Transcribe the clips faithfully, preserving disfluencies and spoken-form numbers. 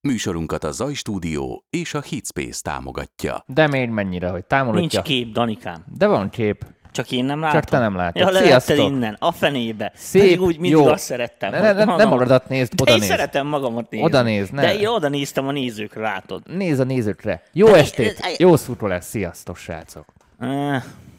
Műsorunkat a Zaj Stúdió és a Hitspace támogatja. De még mennyire, hogy támogatja? Nincs kép, Danikám. De van kép. Csak én nem látom. Csak te nem látod. Ja, lehetted innen, a fenébe. Szép, pedig úgy mindig jó. azt szerettem. Ne, ne, ne, nem magadat nézd, oda néz. nézd. Én szeretem magamat nézni. Oda nézd, ne. De én oda néztem a nézőkre, látod. Nézz a nézőkre. Jó de estét, én, jó szurkolás, sziasztok, srácok. Uh,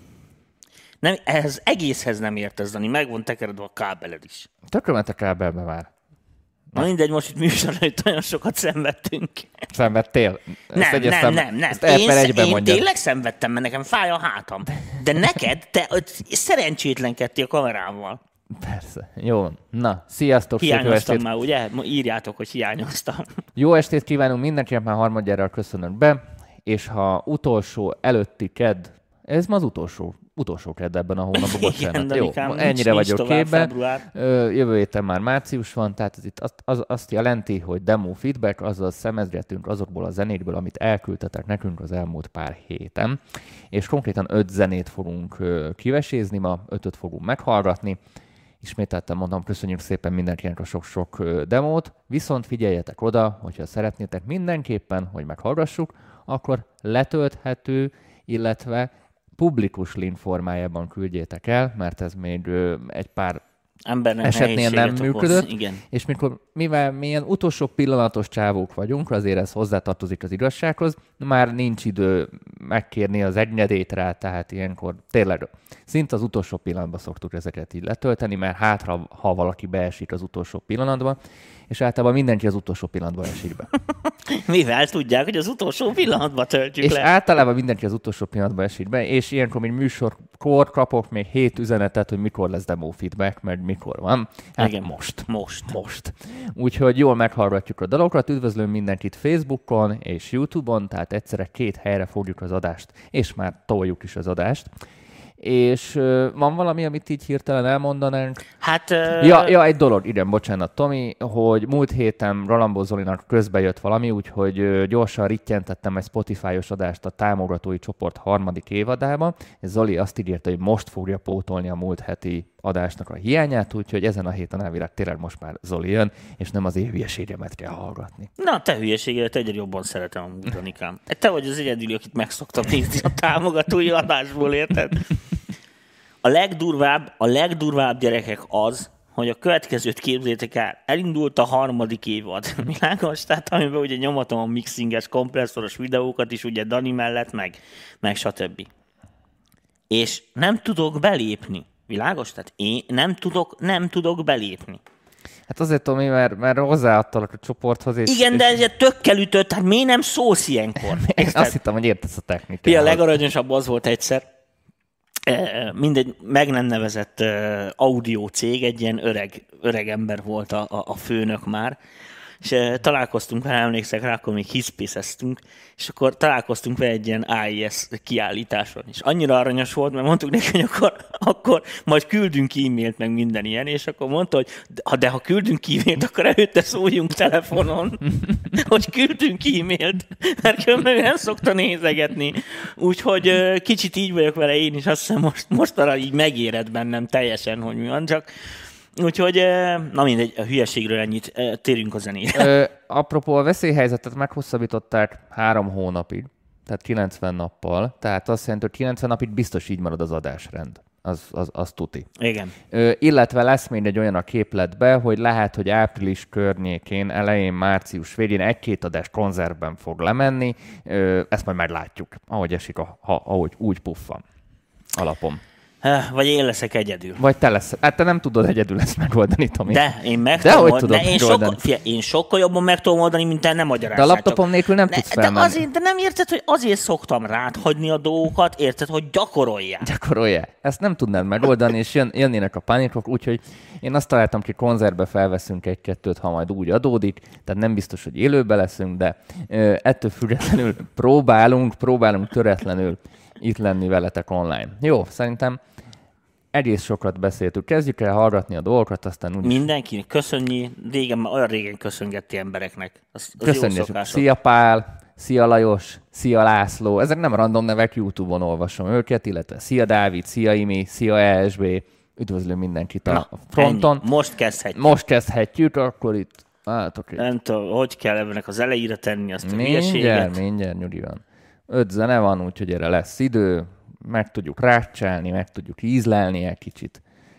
nem, ehhez egészhez nem értesz, Dani. Meg van tekeredve a kábeled is. Tökölmet a kábelbe már. Na mindegy, most itt műsorra, hogy nagyon sokat szenvedtünk. Szenvedtél? Nem, nem, egyeztem, nem, nem. Én, én mondjad. tényleg szenvedtem, mert nekem fáj a hátam. De neked, te szerencsétlenkedtél a kamerával. Persze. Jó. Na, sziasztok. Hiányoztam már, ugye? Írjátok, hogy hiányoztam. Jó estét kívánunk mindenkinek, már harmadjára köszönök be, és ha utolsó előtti kedd, ez ma az utolsó, utolsó kedd ebben a hónapban, bocsánat. Igen, jó, Danikám, ennyire nincs, vagyok nincs képben. Jövő héten már március van, tehát ez itt azt, az, azt jelenti, hogy demo feedback, azaz szemezgetünk azokból a zenékből, amit elküldtetek nekünk az elmúlt pár héten, és konkrétan öt zenét fogunk kivesézni ma, ötöt fogunk meghallgatni. Ismételten mondom, köszönjük szépen mindenkinek a sok-sok demót, viszont figyeljetek oda, hogyha szeretnétek mindenképpen, hogy meghallgassuk, akkor letölthető, illetve publikus link formájában küldjétek el, mert ez még egy pár embernek esetnél nem okoz. működött, Igen. És mikor, mivel mi ilyen utolsó pillanatos csávók vagyunk, azért ez hozzátartozik az igazsághoz, már nincs idő megkérni az engedélyt rá, tehát ilyenkor tényleg szinte az utolsó pillanatban szoktuk ezeket így letölteni, mert hátra, ha valaki beesik az utolsó pillanatban, és általában mindenki az utolsó pillanatban esik be. Mivel tudják, hogy az utolsó pillanatban töltjük és le. És általában mindenki az utolsó pillanatban esik be, és ilyenkor még műsorkor kapok még hét üzenetet, hogy mikor lesz demo feedback, mert mikor van. Hát igen, most. Most. Most. Úgyhogy jól meghallgatjuk a dalokat, üdvözlöm mindenkit Facebookon és YouTube-on, tehát egyszerre két helyre fogjuk az adást, és már toljuk is az adást. És uh, van valami, amit így hirtelen elmondanánk? Hát... Uh... Ja, ja, egy dolog, igen, bocsánat, Tomi, hogy múlt héten Rolambó Zolinak közbe jött valami, úgyhogy uh, gyorsan rittyentettem egy Spotify-os adást a támogatói csoport harmadik évadába. Zoli azt ígérte, hogy most fogja pótolni a múlt heti adásnak a hiányát, úgyhogy ezen a héten elvileg tényleg most már Zoli jön, és nem az én hülyeségemet kell hallgatni. Na, te hülyeségedet egyre jobban szeretem a Danikám. Te vagy az egyedüli, akit meg szoktam nézni a támogatói adásból, érted? A legdurvább, a legdurvább gyerekek az, hogy a következőt képzétek el. Elindult a harmadik évad. Világos? Tehát amiben ugye nyomatom a mixinges, kompresszoros videókat is, ugye Dani mellett, meg, meg stb. És nem tudok belépni. Világos? Tehát én nem tudok, nem tudok belépni. Hát azért, Tomi, mert, mert hozzáadtalak a csoporthoz. És, igen, és... de ez tökkel ütött, hát miért nem szólsz ilyenkor? Én azt hittem, hogy értesz a technikát. Pia, a legaranyosabb az volt egyszer, mindegy, meg nem nevezett uh, audio cég, egy ilyen öreg, öreg ember volt a, a, a főnök már, és uh, találkoztunk vele, emlékszek rá, akkor még hiszpészeztünk, és akkor találkoztunk vele egy ilyen á i es kiállításon, és annyira aranyos volt, mert mondtuk neki, hogy akkor, akkor majd küldünk e-mailt, meg minden ilyen, és akkor mondta, hogy de, de ha küldünk e-mailt, akkor előtte szóljunk telefonon, hogy küldünk e-mailt, mert különben nem szokta nézegetni. Úgyhogy uh, kicsit így vagyok vele én is, azt hiszem most, mostanra így megéred bennem teljesen, hogy mi van, csak úgyhogy, na mindegy, a hülyeségről ennyit, térjünk a zenére. Ö, apropó, a veszélyhelyzetet meghosszabbították három hónapig, tehát kilencven nappal, tehát azt jelenti, hogy kilencven napig biztos így marad az adásrend. Az, az, az tuti. Igen. Ö, illetve lesz még egy olyan a képletbe, hogy lehet, hogy április környékén, elején, március végén egy-két adás konzervben fog lemenni. Ö, ezt majd meglátjuk, ahogy esik, a, ha, ahogy úgy puffan alapom. Vagy én leszek egyedül. Vagy te lesz. Hát te nem tudod egyedül ezt megoldani, Tomi. De én meg de tudom hogy tudod de én, sokkal, fia, én sokkal jobban meg tudom oldani, mint te, nem magyarázz. De a laptopom nélkül nem de, tudsz de felmenni. azért, de nem érted, hogy azért szoktam rád hagyni a dolgokat, érted, hogy gyakoroljál. Gyakorolja. Ezt nem tudnád megoldani, és jön, jönnének a pánikok, úgyhogy én azt találtam ki, konzervbe felveszünk egy-kettőt, ha majd úgy adódik, tehát nem biztos, hogy élőbe leszünk, de ö, ettől függetlenül próbálunk, próbálunk töretlenül itt lenni veletek online. Jó, szerintem egész sokat beszéltük. Kezdjük el hallgatni a dolgokat, aztán úgy... Mindenkinek köszönjé. Régen, már olyan régen köszöngetti embereknek. Az, az Köszönjük. Szia Pál, szia Lajos, szia László. Ezek nem random nevek, YouTube-on olvasom őket, illetve szia Dávid, szia Imi, szia E S B. Üdvözlöm mindenkit a Na, fronton. Ennyi. Most kezdhetjük. Most kezdhetjük, akkor itt Hát, oké. Nem tudom, hogy kell ennek az elejére tenni azt a Mindjárt, hülyeséget. mindjárt, nyugi van. Öt zene van, úgyhogy erre lesz idő. Meg tudjuk ráccsálni, meg tudjuk ízlelni egy kicsit.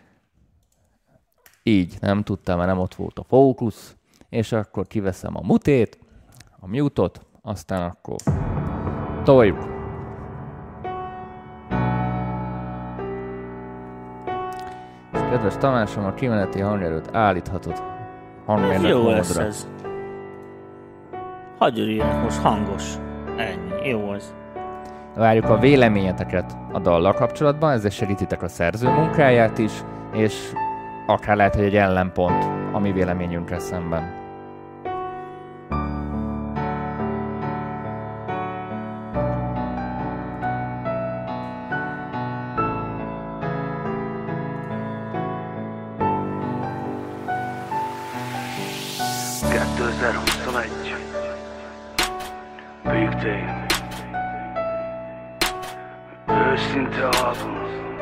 Így, nem tudtam, mert nem ott volt a fókusz. És akkor kiveszem a mutét, a mute-ot, aztán akkor toljuk. És kedves Tamásom, a kimeneti hangerőt állíthatod hangmérnök Jó lesz módra. ez. Hagyj jöjjenek most hangos. Ennyi, jó az. Várjuk a véleményeteket a dallal kapcsolatban, ezzel segítitek a szerző munkáját is, és akár lehet, hogy egy ellenpont a mi véleményünkkel szemben. kétezer-huszonegy Big Day. Őszinte album.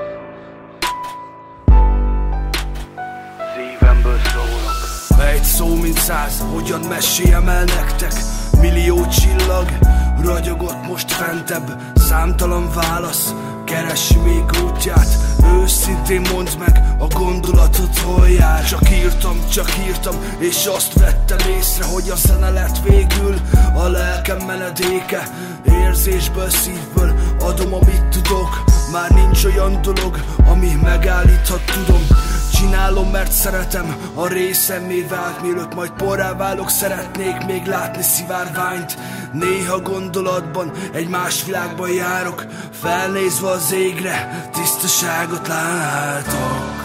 Szívemből szólok. Egy szó mint száz, hogyan meséljem el nektek? Millió csillag ragyogott most fentebb. Számtalan válasz keresi még útját. Őszintén mondd meg, a gondolatot hol jár. Csak írtam, csak írtam, és azt vettem észre, hogy a zene lett végül a lelkem menedéke. Érzésből, szívből adom, amit tudok. Már nincs olyan dolog, ami megállíthat, tudom. Csinálom, mert szeretem, a részemmé vált. Mielőtt majd porrá válok, szeretnék még látni szivárványt. Néha gondolatban egy más világban járok, felnézve az égre, tisztaságot látok.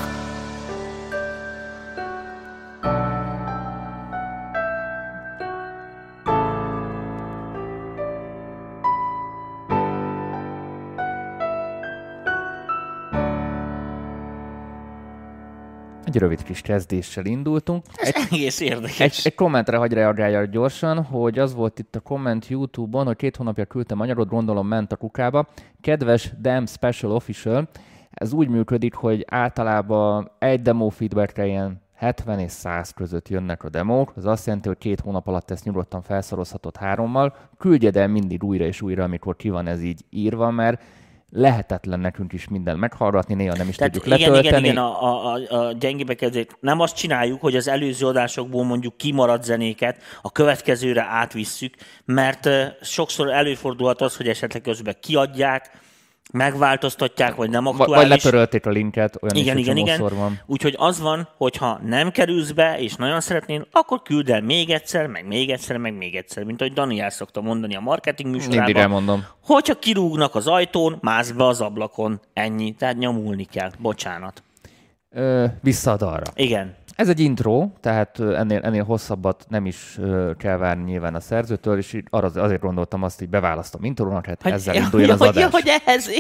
Egy rövid kis kezdéssel indultunk. Ez Egy, egész érdekes. egy, egy kommentre hagy reagáljak gyorsan, hogy az volt itt a komment YouTube-on, hogy két hónapja küldtem magyarod, gondolom ment a kukába. Kedves Damn Special Official, ez úgy működik, hogy általában egy demo feedbackre ilyen hetven és száz között jönnek a demók. Ez azt jelenti, hogy két hónap alatt ezt nyugodtan felszorozhatod hárommal. Küldjed el mindig újra és újra, amikor ki van ez így írva, mert lehetetlen nekünk is mindent meghallgatni, néha nem is Tehát tudjuk igen, letölteni. igen, igen, a, a, a gyengébbek ezért nem azt csináljuk, hogy az előző adásokból mondjuk kimaradt zenéket a következőre átvisszük, mert uh, sokszor előfordulhat az, hogy esetleg közben kiadják, megváltoztatják, vagy nem aktuális. Vagy lepörölték a linket, olyan Igen, is, igen, igen. van. Úgyhogy az van, hogyha nem kerülsz be, és nagyon szeretnél, akkor küld el még egyszer, meg még egyszer, meg még egyszer. Mint ahogy Dani el szokta mondani a marketing Mindig műsorában. elmondom. Hogyha kirúgnak az ajtón, mász be az ablakon. Ennyi. Tehát nyomulni kell. Bocsánat. Ö, vissza a dalra. Igen. Ez egy intro, tehát ennél, ennél hosszabbat nem is ö, kell várni nyilván a szerzőtől, és így arra, azért gondoltam azt, hogy beválasztom intrónak, hát Hogy, ezzel ja, induljon az hogy, adás. hogy ez,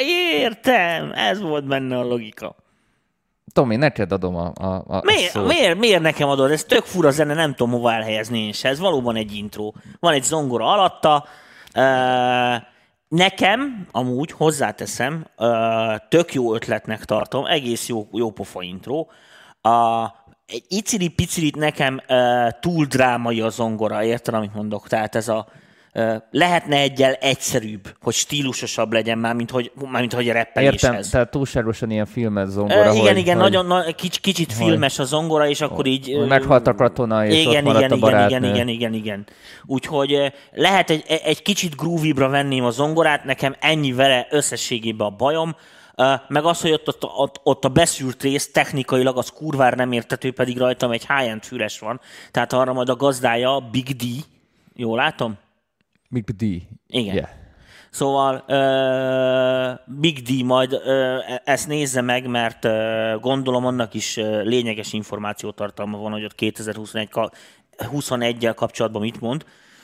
értem, ez volt benne a logika. Tomi, neked adom a, a, a Miért, szót. miért, miért nekem adod? Ez tök fura zene, nem tudom hova elhelyezni én se. Ez valóban egy intro. Van egy zongora alatta. Uh, nekem, amúgy hozzáteszem, uh, tök jó ötletnek tartom, egész jó, jó pofa intro. A uh, egy iciri-picirit nekem uh, túl drámai a zongora, érted, amit mondok? Tehát ez a uh, lehetne egyel egyszerűbb, hogy stílusosabb legyen már, mint hogy, már mint hogy a rappeléshez. Értem, tehát túlságosan ilyen filmes zongora, Uh, igen, hogy, igen, hogy, nagyon na, kics, kicsit hogy, filmes a zongora, és akkor így... hogy meghalt a katona, és igen, ott maradt igen, a barátnő. igen, igen, igen, igen. Úgyhogy uh, lehet egy, egy kicsit groovy-bra venném a zongorát, nekem ennyi vele összességében a bajom. Uh, meg az, hogy ott, ott, ott, ott a beszűrt rész technikailag az kurvár nem értető, pedig rajtam egy high-end füles van. Tehát arra majd a gazdája Big D. Jól látom? Big D. Igen. Yeah. Szóval uh, Big D majd uh, ezt nézze meg, mert uh, gondolom annak is uh, lényeges információtartalma van, hogy ott kétezer-huszonegyel kapcsolatban mit mond.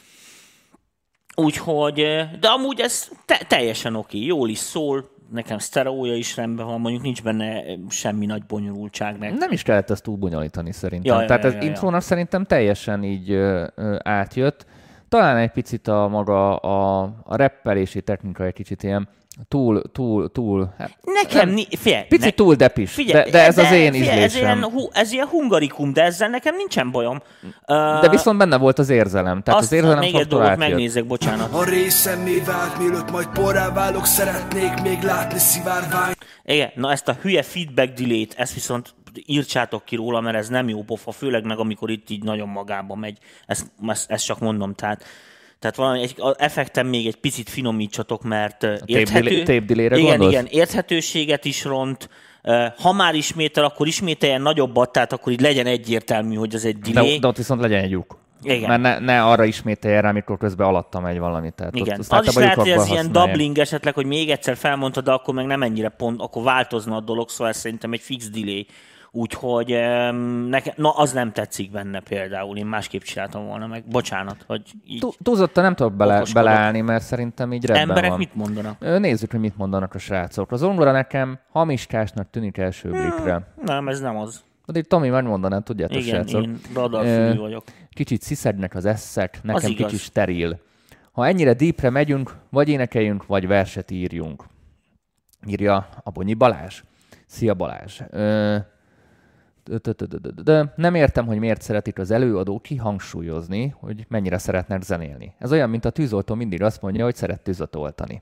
Úgyhogy, uh, de amúgy ez te- teljesen oké, okay. Jól is szól, nekem sztereója is rendben van, mondjuk nincs benne semmi nagy bonyolultság. Meg. Nem is kellett ezt túl bonyolítani szerintem. Ja, ja, Tehát ja, ez ja, ja. intrónak szerintem teljesen így ö, ö, átjött. talán egy picit a maga a, a rappelési technika egy kicsit ilyen túl, túl, túl... Hát, nekem, ni- figyelj, picit ne, túl depis, figyelj, de, de ez az én figyelj, ez ízlésem. ilyen, hu, ez ilyen hungarikum, de ezzel nekem nincsen bajom. Uh, De viszont benne volt az érzelem. Tehát azt az érzelem még egy faktor dolgot átjött. megnézek, bocsánat. A részemmé vált, mielőtt majd porrá válok, szeretnék még látni szivárvány. Igen, na ezt a hülye feedback delay-t, ezt viszont írtsátok ki róla, mert ez nem jó pofa, főleg meg amikor itt így nagyon magába megy. Ezt, ezt, ezt csak mondom, tehát Tehát valami egy, az effekten még egy picit finomítsatok, mert érthető... Tape delay-re igen, gondolsz? igen, érthetőséget is ront. Ha már ismétel, akkor ismételjen nagyobbat, tehát akkor így legyen egyértelmű, hogy az egy delay. De, de ott viszont legyen egy lyuk. Igen. Mert ne, ne arra ismételjen rá, amikor közben alatta megy valami. Tehát igen. Ott, az is lehet, hogy ez ilyen használják. doubling esetleg, hogy még egyszer felmondta, de akkor meg nem ennyire pont, akkor változna a dolog, szóval ez szerintem egy fix delay. Úgyhogy nekem, na az nem tetszik benne például, én másképp csináltam volna meg. Bocsánat, hogy így... Túlzottan nem tudok bele, beleállni, mert szerintem így rendben Emberek van. mit mondanak? Nézzük, hogy mit mondanak a srácok. Az zongora nekem hamiskásnak tűnik első blikre. Nem, ez nem az. De itt Tomi megmondaná, tudjátok, Igen, srácok. én radarfülű vagyok. Kicsit sziszegnek az esszek, nekem igaz. kicsit steril. Ha ennyire deepre megyünk, vagy énekeljünk, vagy verset írjunk. Írja a Bonyi Balázs. Szia Balázs. Ö, De nem értem, hogy miért szeretik az előadó kihangsúlyozni, hogy mennyire szeretnek zenélni. Ez olyan, mint a tűzoltó mindig azt mondja, hogy szeret tüzet oltani.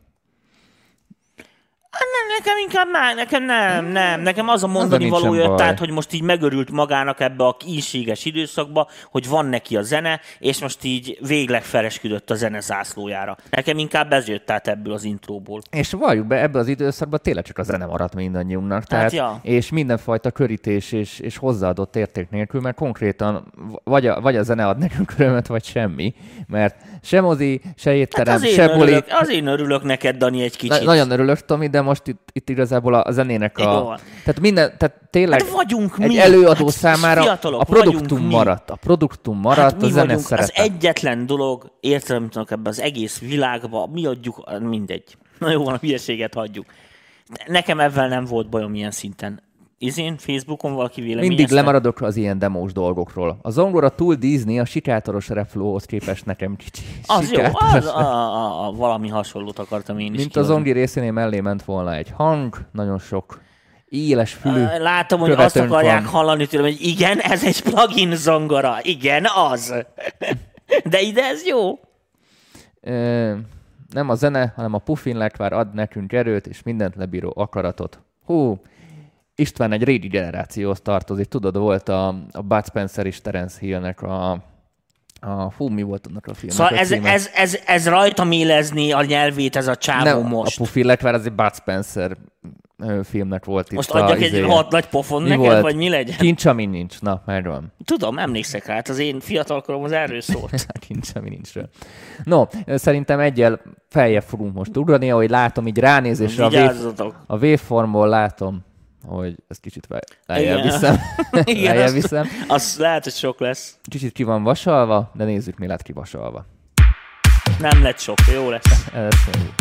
Nem, nekem inkább már, nekem nem, nem. Nekem az a mondani valója, tehát, hogy most így megörült magának ebbe a kínséges időszakba, hogy van neki a zene, és most így végleg felesküdött a zene zászlójára. Nekem inkább ez jött át ebből az intróból. És valljuk be, ebből az időszakban tényleg csak a zene maradt mindannyiunknak. Tehát, hát ja. És mindenfajta körítés és, és hozzáadott érték nélkül, mert konkrétan vagy a, vagy a zene ad nekünk örömet, vagy semmi. Mert se mozi, se étterem, hát se buli. Örülök, azért örülök neked, Dani, egy kicsit. Na, nagyon örülök, Tomi, de most itt, itt igazából a zenének a... Jó. Tehát minden, tehát tényleg hát vagyunk egy mi. előadó hát számára a produktum maradt. A produktum maradt, hát a zene szerete. Az egyetlen dolog, értelemtelenek ebben az egész világban, mi adjuk, mindegy. Na jó, van, a hülyeséget hagyjuk. Nekem ebben nem volt bajom ilyen szinten. Izén, Facebookon valaki véleményezte? Mindig lemaradok az ilyen demós dolgokról. A zongora túl Disney, a sikátoros reflóhoz képest nekem kicsi. Az jó, az, a, a, a, valami hasonlót akartam én is Mint kihozni. a zongi részénél mellé ment volna egy hang, nagyon sok éles fülű Látom, hogy azt akarják van. hallani tőlem, hogy igen, ez egy plugin zongora. Igen, az. De ide ez jó. Ö, nem a zene, hanem a Puffin lekvár ad nekünk erőt, és mindent lebíró akaratot. Hú, István egy régi generációhoz tartozik. Tudod, volt a, a Bud Spencer és Terence Hillnek a, a... Hú, mi volt annak a filmnek Szóval a ez, ez, ez, ez rajtam élezni a nyelvét, ez a csávó nem, most. A Puffin lekvár az egy Bud Spencer filmnek volt itt. Most adjak egy izé... hat nagy pofon mi neked, volt? vagy mi legyen? Kincs, ami nincs. Na, megvan. Tudom, emlékszek rá, hát az én fiatalkorom az erről szólt. Kincs, ami nincs. No, szerintem egyel feljebb fogunk most ugrani, ahogy látom így ránézésre a, wave, a waveformból látom, hogy ez kicsit lejjebb viszem. lejjebb viszem. Az lehet, hogy sok lesz. Kicsit ki van vasalva, de nézzük, mi lett kivasalva. Nem lett sok, jó lesz. Ez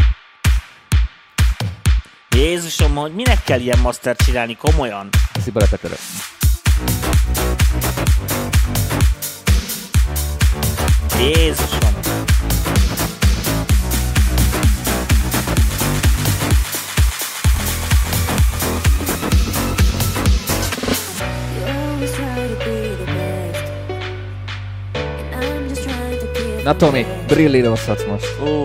Jézusom, hogy minek kell ilyen mastert csinálni, komolyan? Eszi beletetörök. Jézusom. Na Tomi, brillírozhatsz most. Ó.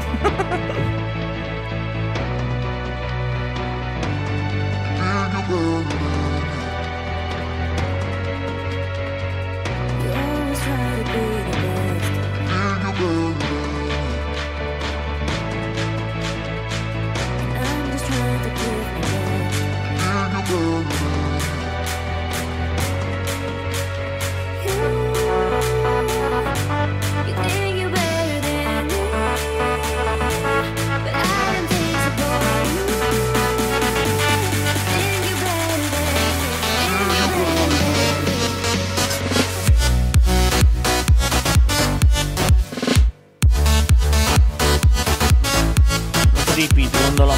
Repeat, gondolom.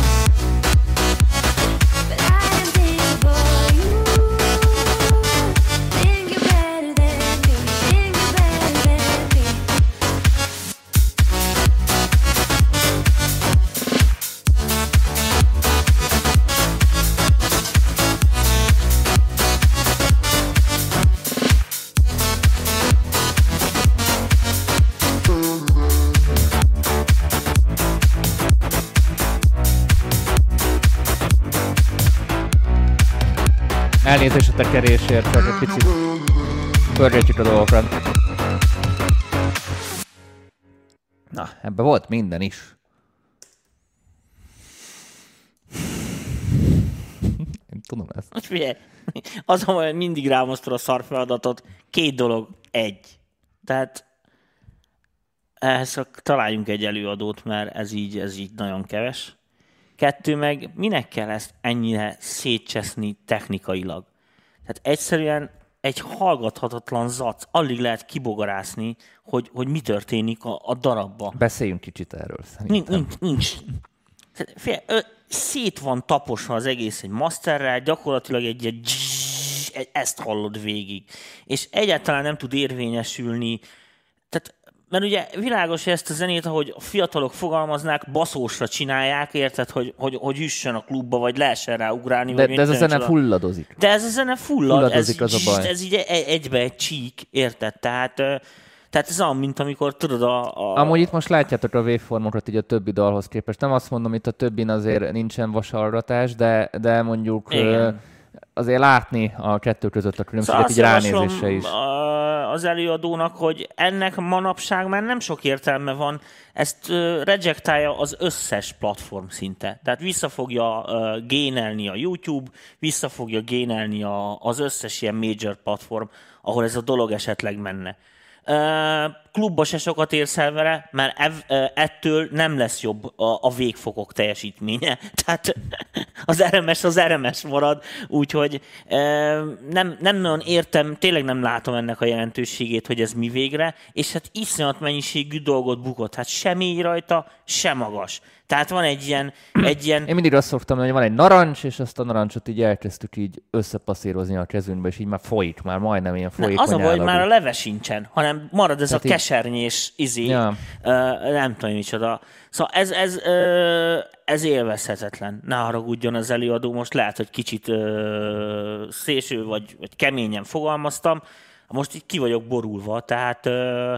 Elnézést a tekerésért, csak egy picit pörgetjük a dolgokat. Na, ebben volt minden is. Én tudom ezt. Most figyelj, az, hogy mindig rámosztol a szar feladatot, két dolog, egy. Tehát ehhez találjunk egy előadót, mert ez így, ez így nagyon keves. Kettő meg, minek kell ezt ennyire szétcseszni technikailag? Tehát egyszerűen egy hallgathatatlan zac, alig lehet kibogarászni, hogy, hogy mi történik a, a darabba. Beszéljünk kicsit erről szerintem. Nincs. nincs. Fél, ö, szét van taposva az egész egy masterrel, gyakorlatilag egy, egy, egy ezt hallod végig. És egyáltalán nem tud érvényesülni. Tehát mert ugye világos, hogy ezt a zenét, ahogy a fiatalok fogalmaznák, baszósra csinálják, érted, hogy, hogy, hogy üssön a klubba, vagy lehessen rá ugrálni. De, vagy de ez a zene fulladozik. De ez a zene fullad, fulladozik, ez, az a baj. Ez így egybe egy csík, érted? Tehát, tehát ez olyan, mint amikor tudod a... a... Amúgy itt most látjátok a waveformokat így a többi dalhoz képest. Nem azt mondom, itt a többin azért nincsen vasalgatás, de, de mondjuk... Igen. Azért látni a kettő között a különbséget, szóval így ránézésre is. Az előadónak, hogy ennek manapság már nem sok értelme van, ezt uh, rejectálja az összes platform szinte. Tehát vissza fogja uh, gainelni a YouTube, vissza fogja gainelni a, az összes ilyen major platform, ahol ez a dolog esetleg menne. Uh, klubba se sokat érsz el vele, mert ev, uh, ettől nem lesz jobb a, a végfokok teljesítménye. Tehát az er em es az er em es marad, úgyhogy uh, nem, nem nagyon értem, tényleg nem látom ennek a jelentőségét, hogy ez mi végre, és hát iszonyat mennyiségű dolgot bukott. Hát sem mély rajta, sem magas. Tehát van egy ilyen, egy ilyen... Én mindig azt szoktam, hogy van egy narancs, és azt a narancsot így elkezdtük így összepasszírozni a kezünkbe, és így már folyik, már majdnem ilyen folyik. Az a baj, hogy már a leve sincsen, hanem marad ez tehát a kesernyés izé, ja. uh, nem tudom micsoda. Szóval ez, ez, uh, ez élvezhetetlen. Ne haragudjon az előadó, most lehet, hogy kicsit uh, szélső vagy, vagy keményen fogalmaztam. Most így ki vagyok borulva, tehát... Uh,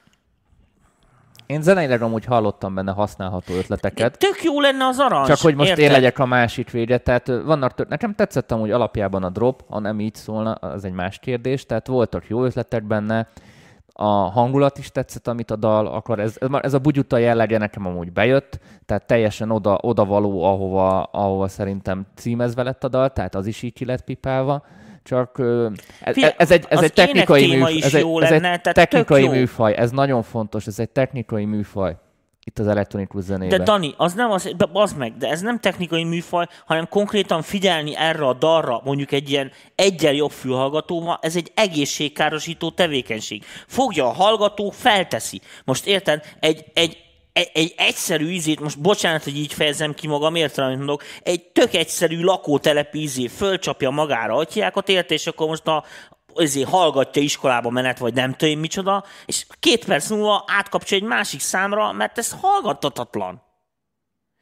Én zeneileg amúgy hallottam benne használható ötleteket. Tök jó lenne az arancs. Csak hogy most érted? én legyek a másik vége. Tehát vannak tök... Nekem tetszett amúgy alapjában a drop, ha nem így szólna, az egy más kérdés. Tehát voltak jó ötletek benne. A hangulat is tetszett, amit a dal akar. Ez, ez a bugyuta jellege nekem amúgy bejött. Tehát teljesen oda, oda való, ahova, ahova szerintem címezve lett a dal. Tehát az is így ki lett pipálva. Csak ez, ez egy, ez egy technikai műfaj. Ez egy, ez lenne, egy technikai műfaj. Ez nagyon fontos. Ez egy technikai műfaj. Itt az elektronikus zenében. De Dani, az nem az, de bazd meg, de ez nem technikai műfaj, hanem konkrétan figyelni erre a dalra, mondjuk egy ilyen egyel jobb fülhallgatóval, ez egy egészségkárosító tevékenység. Fogja a hallgató, felteszi. Most érted, egy, egy Egy, egy egyszerű ízét, most bocsánat, hogy így fejezem ki magam, értem, amit mondok, egy tök egyszerű lakótelepi ízé fölcsapja magára atyákat, érte, és akkor most a, azért hallgatja iskolába menet, vagy nem tudom micsoda, és két perc múlva átkapcsolja egy másik számra, mert ez hallgathatatlan.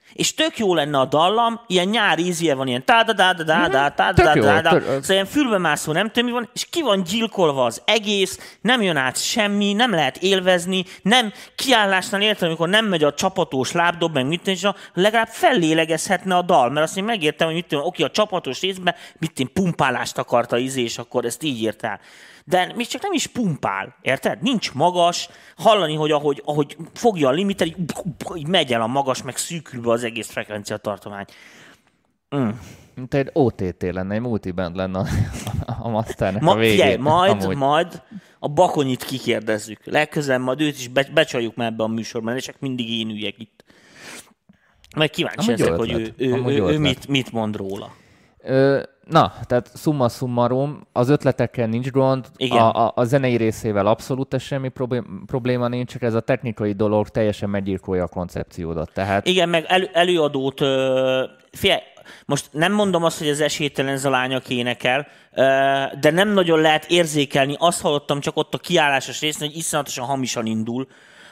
És tök jó lenne a dallam, ilyen nyári ízje van, ilyen tá da da da da da da da da da, szóval ilyen fülbemászó, nem tudom mi van, és ki van gyilkolva az egész, nem jön át semmi, nem lehet élvezni, nem kiállásnál értem, amikor nem megy a csapatos lábdob, meg mit tudom, legalább fellélegezhetne a dal, mert azt én megértem, hogy mit tudom, oké, a csapatos részben mit én pumpálást akarta izé, és akkor ezt így írtál. De még csak nem is pumpál, érted? Nincs magas, hallani, hogy ahogy, ahogy fogja a limiter, így, így megy el a magas, meg szűkül be az egész frekvenciatartomány. Mm. Mint egy o té té lenne, egy multiband lenne a, a masternek Ma, a végén. Figyelj, majd, amúgy. majd a Bakonyit kikérdezzük. Legközelebb majd őt is be, becsaljuk már ebbe a műsorban, és csak mindig én üljek itt. Majd kíváncsi ezek, hogy ő, ő, ő, ő mit, mit mond róla. Ö, na, tehát summa summarum, az ötletekkel nincs gond, a, a, a zenei részével abszolút semmi probléma nincs, csak ez a technikai dolog teljesen meggyilkolja a koncepciódat. Tehát... Igen, meg elő, előadót, figyelj, most nem mondom azt, hogy az esélytelen Zalányak énekel, de nem nagyon lehet érzékelni, azt hallottam csak ott a kiállásos részén, hogy iszonyatosan hamisan indul,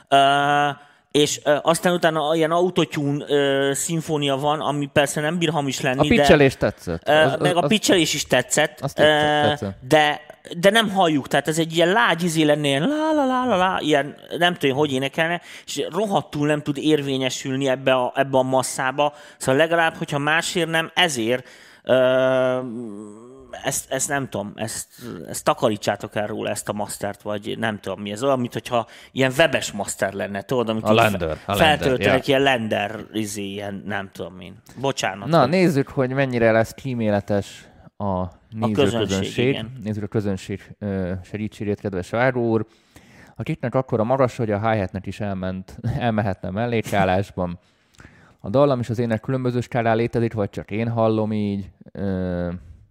és uh, aztán utána ilyen autotune uh, szimfónia van, ami persze nem bír hamis lenni. A pitchelés tetszett. Uh, az, meg az, a pitchelés is tetszett. Azt tetszett, tetszett. Uh, de, de nem halljuk, tehát ez egy ilyen lágy izé lenne, ilyen la la la la la, ilyen nem tudom, hogy énekelne, és rohadtul nem tud érvényesülni ebbe a, ebbe a masszába. Szóval legalább, hogyha másért nem, ezért uh, Ezt, ezt nem tudom, ezt, ezt takarítsátok el róla, ezt a mastert, vagy nem tudom mi ez. Olyan, mintha ilyen webes master lenne, tudod, amit a Lender, a feltöltenek, ilyen Lender, izé, ilyen nem tudom én. Bocsánat. Na, hogy... nézzük, hogy mennyire lesz kíméletes a nézőközönség. Nézzük a közönség uh, segítségét, kedves Váró úr, akiknek akkor a magas, hogy a hi-hatnek is elment, elmehetne mellékállásban. A dallam és az ének különböző skálán létezik, vagy csak én hallom így. Uh,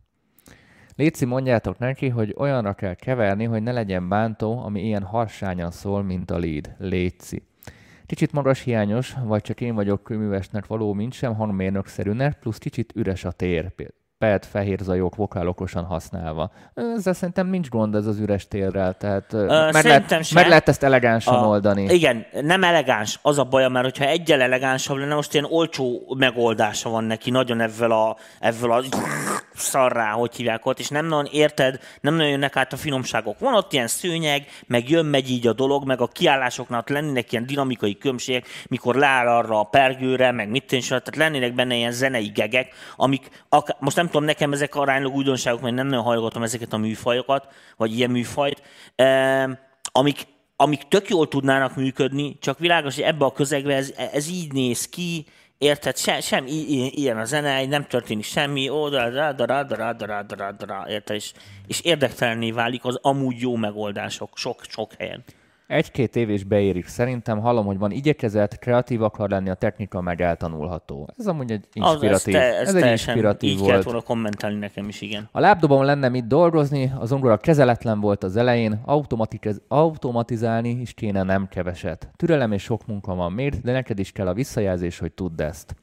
Léci, mondjátok neki, hogy olyanra kell keverni, hogy ne legyen bántó, ami ilyen harsányan szól, mint a lead. Léci. Kicsit magas hiányos, vagy csak én vagyok kőművesnek való, mint sem hangmérnökszerűnek, plusz kicsit üres a tér. Pelt, fehér zajok, vokálokosan használva. Ezzel szerintem nincs gond ez az üres térrel, tehát uh, meg, lehet, meg lehet ezt elegánsan a, oldani. Igen, nem elegáns, az a baja, mert hogyha egyel elegánsabb lenne, most ilyen olcsó megoldása van neki, nagyon ezzel a, ezzel a szarrá, hogy hívják ott, és nem nagyon érted, nem nagyon jönnek át a finomságok. Van ott ilyen szőnyeg, meg jön-megy így a dolog, meg a kiállásoknál lennének ilyen dinamikai különbségek, mikor leáll arra a pergőre, meg mit tényleg, tehát lennének benne ilyen zenei gegek, amik, akár, most nem tudom, nekem ezek aránylag újdonságok, mert nem nagyon hallgatom ezeket a műfajokat, vagy ilyen műfajt, eh, amik, amik tök jól tudnának működni, csak világos, hogy ebbe a közegbe ez, ez így néz ki, érted? Se, sem ilyen a zene, nem történik semmi, ó, da, da, da, da, da, da, da, da, érted? És, és érdektelenné válik az amúgy jó megoldások sok-sok helyen. Egy-két év is beérik. Szerintem hallom, hogy van igyekezett, kreatív akar lenni, a technika meg eltanulható. Ez amúgy egy inspiratív. Az, ez, te, ez, ez egy inspiratív így volt. kellett volna kommentálni nekem is, igen. A lábdobon lenne mit dolgozni, az zongora kezeletlen volt az elején, automatiz- automatizálni is kéne nem keveset. Türelem és sok munka van még, de neked is kell a visszajelzés, hogy tudd ezt.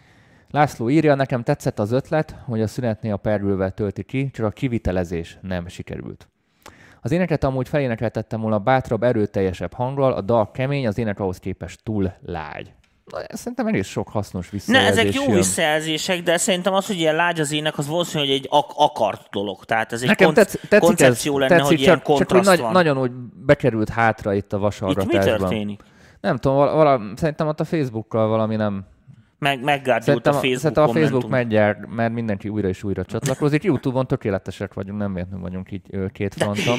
László írja, nekem tetszett az ötlet, hogy a szünetnél a pergővel tölti ki, csak a kivitelezés nem sikerült. Az éneket amúgy felénekeltettem volna bátrabb, erőteljesebb hanggal, a dal kemény, az ének ahhoz képest túl lágy. Na, szerintem elég sok hasznos visszajelzés. Ne, ezek jó jön. visszajelzések, de szerintem az, hogy ilyen lágy az ének, az valószínűleg egy ak- akart dolog. Tehát ez egy Nekem konce- tetsz, tetszik koncepció ez, lenne, tetszik, hogy ilyen csak, kontraszt csak van. nagy, nagyon úgy bekerült hátra itt a vasalgatásban. Itt mi történik? Nem tudom, vala, vala, szerintem ott a Facebookkal valami nem... Meg, meggárdult a Facebook Szerintem a Facebook kommentum. meggyár, mert mindenki újra és újra csatlakozik. YouTube-on tökéletesek vagyunk, nem véletlenül vagyunk így két fronton.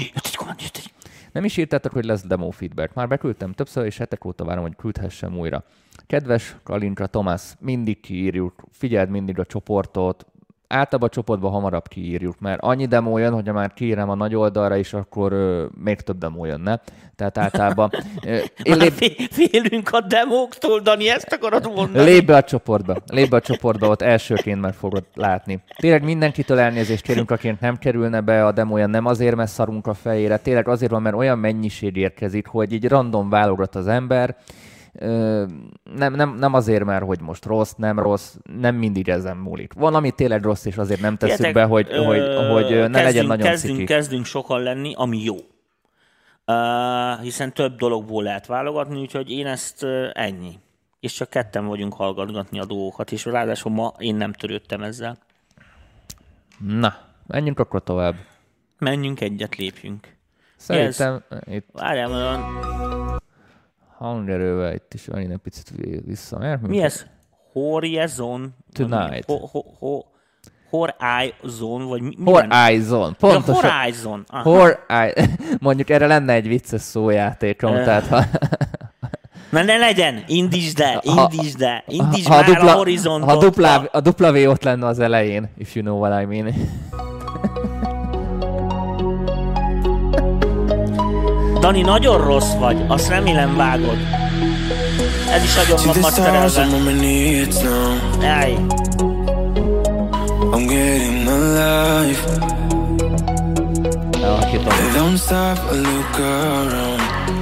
Nem is írtátok, hogy lesz demo feedback. Már beküldtem többször, és hetek óta várom, hogy küldhessem újra. Kedves Kalinka, Tomás, mindig kiírjuk, figyeld mindig a csoportot, általában a csoportban hamarabb kiírjuk, mert annyi demo jön, hogyha már kiírem a nagy oldalra is, akkor ö, még több demo jönne. Tehát általában... Ö, én lép... Félünk a demóktól, Dani, ezt akarod mondani? Lép be a csoportba. Lép be a csoportba, ott elsőként meg fogod látni. Tényleg mindenkitől elnézést kérünk, akinek nem kerülne be a demója, nem azért, mert szarunk a fejére, tényleg azért van, mert olyan mennyiség érkezik, hogy így random válogat az ember. Ö, nem, nem, nem azért, mert hogy most rossz, nem rossz, nem mindig ezen múlik. Van, ami tényleg rossz, és azért nem tesszük Értek, be, hogy, ö, hogy, hogy ne kezdünk, legyen nagyon kezdünk, ciki. Kezdünk sokan lenni, ami jó. Uh, hiszen több dologból lehet válogatni, úgyhogy én ezt uh, ennyi. és csak ketten vagyunk hallgatgatni a dolgokat, és ráadásul ma én nem törődtem ezzel. Na, menjünk akkor tovább. Menjünk egyet, lépjünk. Szerintem itt várjál, olyan... hangerővel itt is van egy picit vissza. Mert mi ez? Horizon? Tonight. Ho, ho, ho, Horizon, vagy mi? Horizon, pontosan. Horizon. Horizon. Mondjuk erre lenne egy vicces szójátékom, uh, tehát ha... Na ne legyen, indítsd el, indítsd el, indítsd ha már dupla, a horizontot. Ha dupla, a dupla V ott lenne az elején, if you know what I mean. Dani, nagyon rossz vagy, azt remélem vágod. Ez is nagyon van masterelve. Jaj. I'm getting alive. I don't stop, I look around.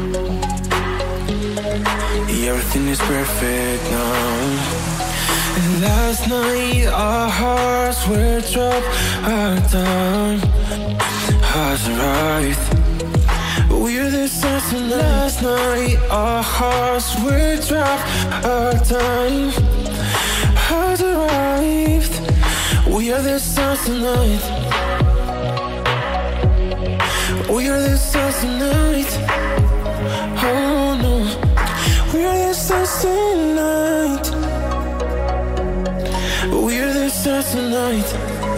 Everything is perfect now. And last night our hearts were dropped. Our time has arrived. We're the stars and last night our hearts were dropped. Our time has arrived. We are the stars tonight. We are the stars tonight. Oh no. We are the stars tonight. We are the stars tonight.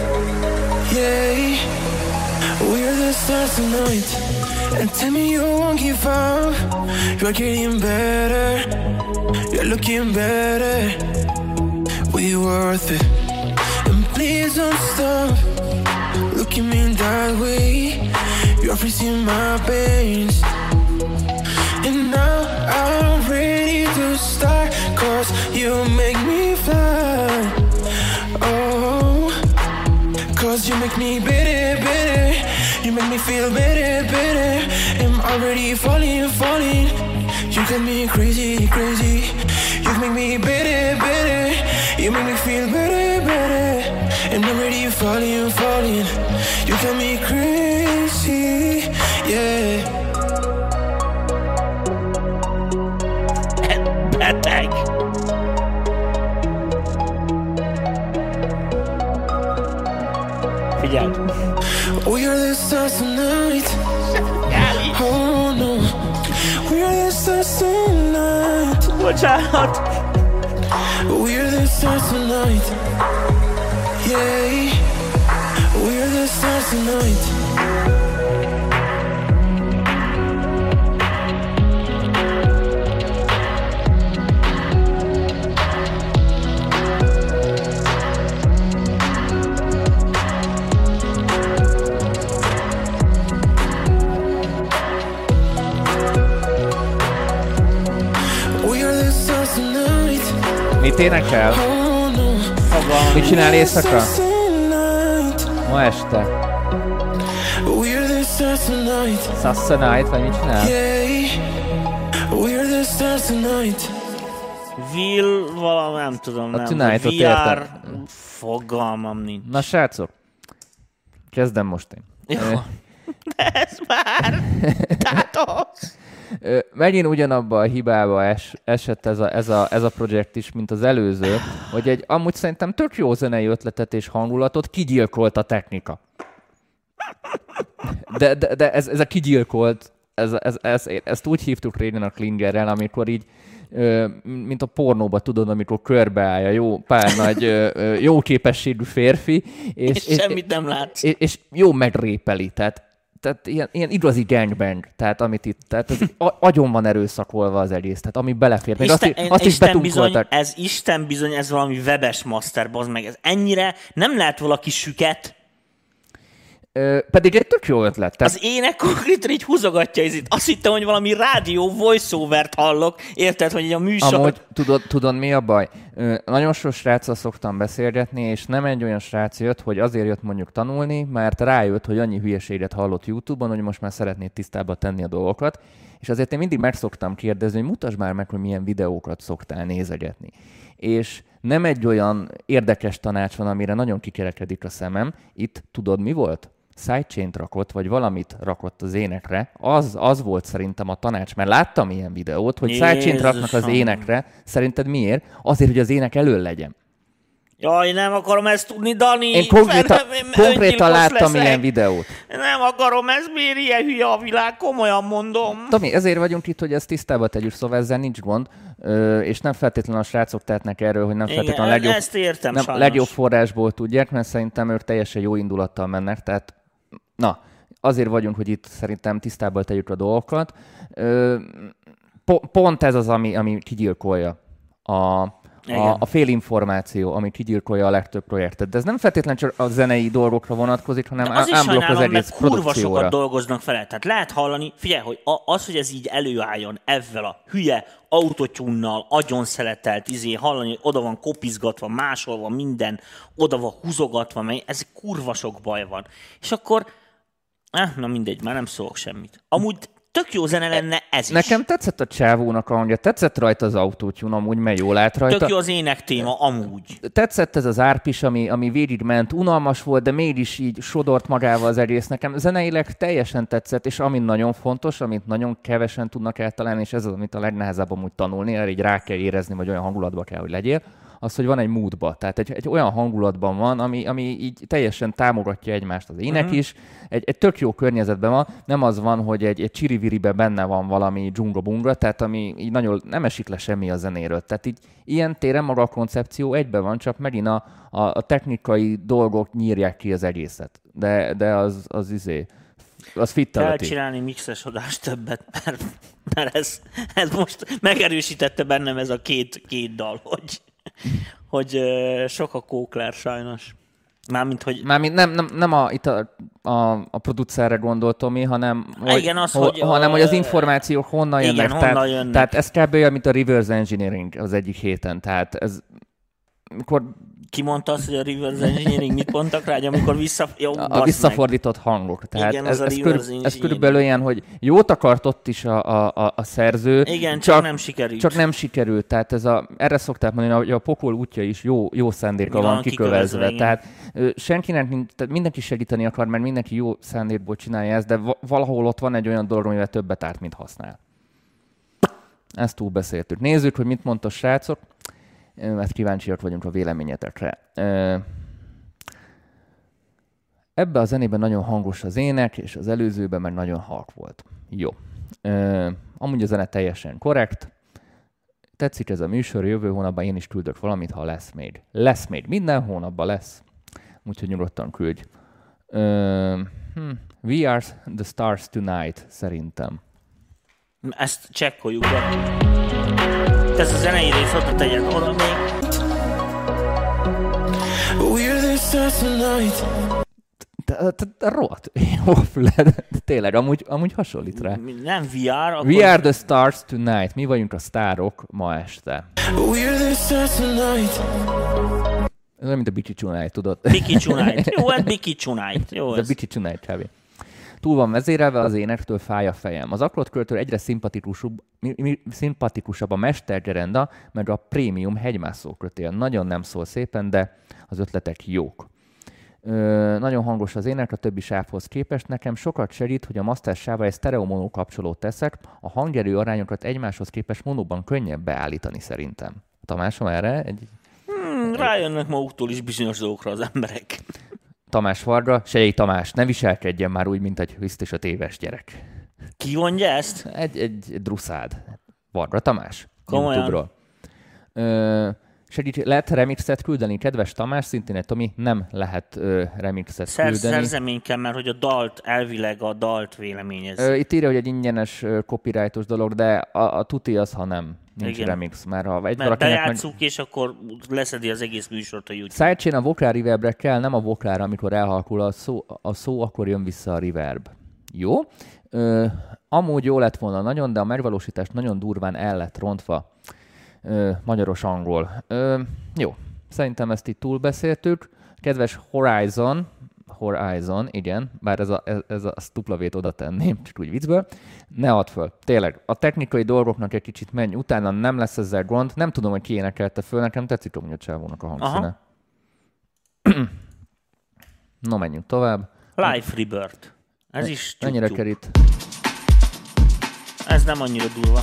Yeah. We are the stars tonight. And tell me you won't give up. You're getting better. You're looking better. We're worth it. And please don't stop. Look at me that way. You're freezing my veins. And now I'm ready to start. Cause you make me fly. Oh, cause you make me better, better. You make me feel better, better. I'm already falling, falling. You got me crazy, crazy. You make me better, better. You make me feel better, better. And I'm already falling, falling. You got me crazy, yeah. Beteg. Figyeld. We are the stars tonight. Oh no. We are the stars tonight. Bocsánat. We are the stars tonight. Yeah. We are the stars tonight. Mit énekel? Mit csinál éjszaka? Ma este. Sassonite, vagy mit csinál? Will, valami, nem tudom, a nem. Tonight-ot vé er, értem. Fogalmam nincs. Na srácok, kezdem most én. Jó. De ez már tátos. Megint ugyanabba a hibába es, esett ez a, ez, a, ez a projekt is, mint az előző, hogy egy amúgy szerintem tök jó zenei ötletet és hangulatot kigyilkolt a technika. De, de, de ez, ez a kigyilkolt, ez, ez, ez, ezt úgy hívtuk régen a Klingerrel, amikor így, mint a pornóban tudod, amikor körbeáll a jó pár nagy, jó képességű férfi, és, és, és semmit nem látsz. És, és jó megrépeli, tehát Tehát ilyen, ilyen igazi gangbang, tehát amit itt, tehát ez agyon van erőszakolva az egész, tehát ami belefér. Még Isten, azt, azt is Isten bizony, betunkoltak. ez Isten bizony, ez valami webes master, bazd meg, ez ennyire nem lehet valaki süket. Ö, pedig egy tök jó ötlet. Tehát... Az ének konkrétan így húzogatja ezért. Azt hittem, hogy valami rádió voice-overt hallok, érted, hogy a műsor... Amúgy tudod, tudod mi a baj? Ö, nagyon sok sráccal szoktam beszélgetni, és nem egy olyan srác jött, hogy azért jött mondjuk tanulni, mert rájött, hogy annyi hülyeséget hallott YouTube-on, hogy most már szeretné tisztába tenni a dolgokat, és azért én mindig meg szoktam kérdezni, hogy mutasd már meg, hogy milyen videókat szoktál nézegetni. És nem egy olyan érdekes tanács van, amire nagyon kikerekedik a szemem. Itt tudod, mi volt? sidechain-t rakott, vagy valamit rakott az énekre, az, az volt szerintem a tanács, mert láttam ilyen videót, hogy sidechain-t raknak az énekre, szerinted miért? Azért, hogy az ének elől legyen. Jaj, nem akarom ezt tudni, Dani! Én konkrétan, konkrétan láttam leszek. Ilyen videót. Nem akarom, ez miért ilyen hülye a világ, komolyan mondom. Tomi, ezért vagyunk itt, hogy ezt tisztába tegyük, szóval ezzel nincs gond, és nem feltétlenül a srácok tehetnek erről, hogy nem feltétlenül a legjobb, ezt értem, nem, legjobb forrásból tudják, mert szerintem ők teljesen jó indulattal mennek, tehát na, azért vagyunk, hogy itt szerintem tisztába tegyük a dolgokat. Pont ez az, ami, ami kigyilkolja a A, a félinformáció, ami kigyilkolja a legtöbb projektet. De ez nem feltétlenül csak a zenei dolgokra vonatkozik, hanem az ámblok az egész produkcióra. Kurva sokat dolgoznak vele. Tehát lehet hallani, figyelj, hogy az, hogy ez így előálljon ezzel a hülye autotyunnal, agyonszeletelt, izé, hallani, hogy oda van kopizgatva, másolva minden, oda van húzogatva, mert ez kurva sok baj van. És akkor, eh, na mindegy, már nem szólok semmit. Amúgy tök jó zene lenne ez is. Nekem tetszett a csávónak, ahogy tetszett rajta az autótyún, amúgy, mert jól állt rajta. Tök jó az ének téma, amúgy. Tetszett ez az árpis, ami, ami végigment, unalmas volt, de mégis így sodort magával az egész. Nekem zeneileg teljesen tetszett, és ami nagyon fontos, amit nagyon kevesen tudnak eltalálni, és ez az, amit a legnehezebb amúgy tanulni, erre így rá kell érezni, vagy olyan hangulatba kell, hogy legyél, az, hogy van egy moodba. Tehát egy, egy olyan hangulatban van, ami, ami így teljesen támogatja egymást az ének uh-huh. is. Egy, egy tök jó környezetben van. Nem az van, hogy egy, egy csiriviriben benne van valami dzsunga-bunga, tehát ami így nagyon nem esik le semmi a zenéről. Tehát így ilyen téren maga a koncepció egyben van, csak megint a, a, a technikai dolgok nyírják ki az egészet. De, de az, az izé, az fitteletik. Kell csinálni mixes adást többet, mert, mert ez, ez most megerősítette bennem ez a két, két dal, hogy hogy uh, sok a kóklár sajnos. Mármint, hogy... Mármint nem, nem, nem a, itt a, a, a producerre gondoltam mi, hanem, hogy, igen, az, ho, hogy, hanem, a... hogy az információk honnan igen, jönnek. honnan tehát, jönnek. Tehát ez kb. Olyan, mint a reverse engineering az egyik héten. Tehát ez... Mikor... Ki mondta azt, hogy a reverse engineering mit mondtak rá, amikor vissza... Jó, a visszafordított meg. Hangok. Tehát igen, ez, ez, ez, körül, ez körülbelül olyan, hogy jót akart ott is a, a, a szerző. Igen, csak, csak nem sikerült. Csak nem sikerült. Tehát ez a, erre szokták mondani, hogy a pokol útja is jó, jó szándékkal van kikövezve. kikövezve tehát senkinek, tehát mindenki segíteni akar, mert mindenki jó szándékból csinálja ezt, de valahol ott van egy olyan dolog, amivel többet árt, mint használ. Ezt túlbeszéltük. Nézzük, hogy mit mondta a srácok. Mert kíváncsiak vagyunk a véleményetekre. Ebben a zenében nagyon hangos az ének, és az előzőben meg nagyon halk volt. Jó. Amúgy a zene teljesen korrekt. Tetszik ez a műsor, jövő hónapban én is küldök valamit, ha lesz még. Lesz még. Minden hónapban lesz. Úgyhogy nyugodtan küldj. Hm. We are the stars tonight, szerintem. Ezt csekkoljuk be. Ez a zenei rész, oda tegyen oda még. We're the stars tonight. Rohadt jó füled. Tényleg, amúgy, amúgy hasonlít rá. Nem we are, akkor... We are the stars tonight. Mi vagyunk a sztárok ma este. We're the stars tonight. Ez olyan, mint a Biki Tonight, tudod? Biki Tonight. Jó, ez Biki Tonight. Jó, ez. Ez a Biki Tonight, csávé. Túl van vezérelve, az énektől fáj a fejem. Az Aklott költő egyre szimpatikusabb, mi, mi, szimpatikusabb a mestergerenda, meg a prémium hegymászókötél. Nagyon nem szól szépen, de az ötletek jók. Ö, nagyon hangos az ének a többi sávhoz képest. Nekem sokat segít, hogy a master sávra egy sztereomonó kapcsolót teszek. A hangerő arányokat egymáshoz képest monóban könnyebb beállítani szerintem. Tamásom erre? Egy... Hmm, rájönnek maguktól is bizonyos dolgokra az emberek. Tamás Varga, Sejei Tamás, ne viselkedjen már úgy, mint egy biztos a téves gyerek. Ki mondja ezt? Egy, egy druszád. Varga Tamás. Komolyan. Ö, segíts, lehet remixet küldeni, kedves Tamás, szintén egy Tomi, nem lehet ö, remixet Szerz, küldeni. Szerzemény kell, mert hogy a dalt, elvileg a dalt véleményez. Ö, itt írja, hogy egy ingyenes copyrightos dolog, de a, a tuti az, ha nem. Nincs igen. remix, mert ha egy mert bejátszuk, meg... és akkor leszedi az egész műsort a YouTube. Sidechain a vokál reverbre kell, nem a vokálra, amikor elhalkul a szó, a szó, akkor jön vissza a reverb. Jó. Ö, amúgy jó lett volna nagyon, de a megvalósítás nagyon durván el lett rontva. Ö, magyaros-angol. Ö, jó. Szerintem ezt itt túlbeszéltük. Kedves Horizon, Horizon, igen, bár ez a, ez, ez a duplavét oda tenném, csak úgy viccből. Ne add föl. Tényleg, a technikai dolgoknak egy kicsit menj, utána nem lesz ezzel gond. Nem tudom, hogy ki énekelte föl, nekem tetszik amúgy a csávónak a hangszíne. No, menjünk tovább. Life Rebirth. Ez is mennyire tudjuk. kerít? Ez nem annyira durva.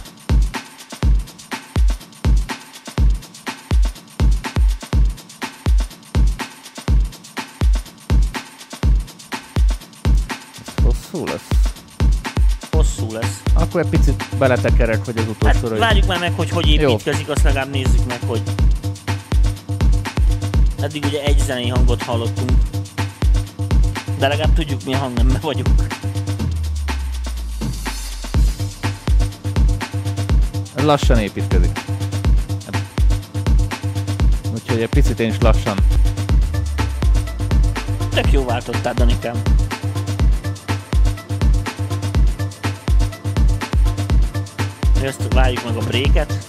Hosszú lesz. Hosszú lesz. Akkor egy picit beletekerek, hogy az utolsóra... Hát várjuk már meg, hogy hogy építkezik, azt legalább nézzük meg, hogy... Eddig ugye egy zenei hangot hallottunk. De legalább tudjuk, milyen hangnemben vagyunk. Lassan építkezik. Úgyhogy egy picit én is lassan. Tök jó váltottál, Danikám. Ezt várjuk meg a breaket.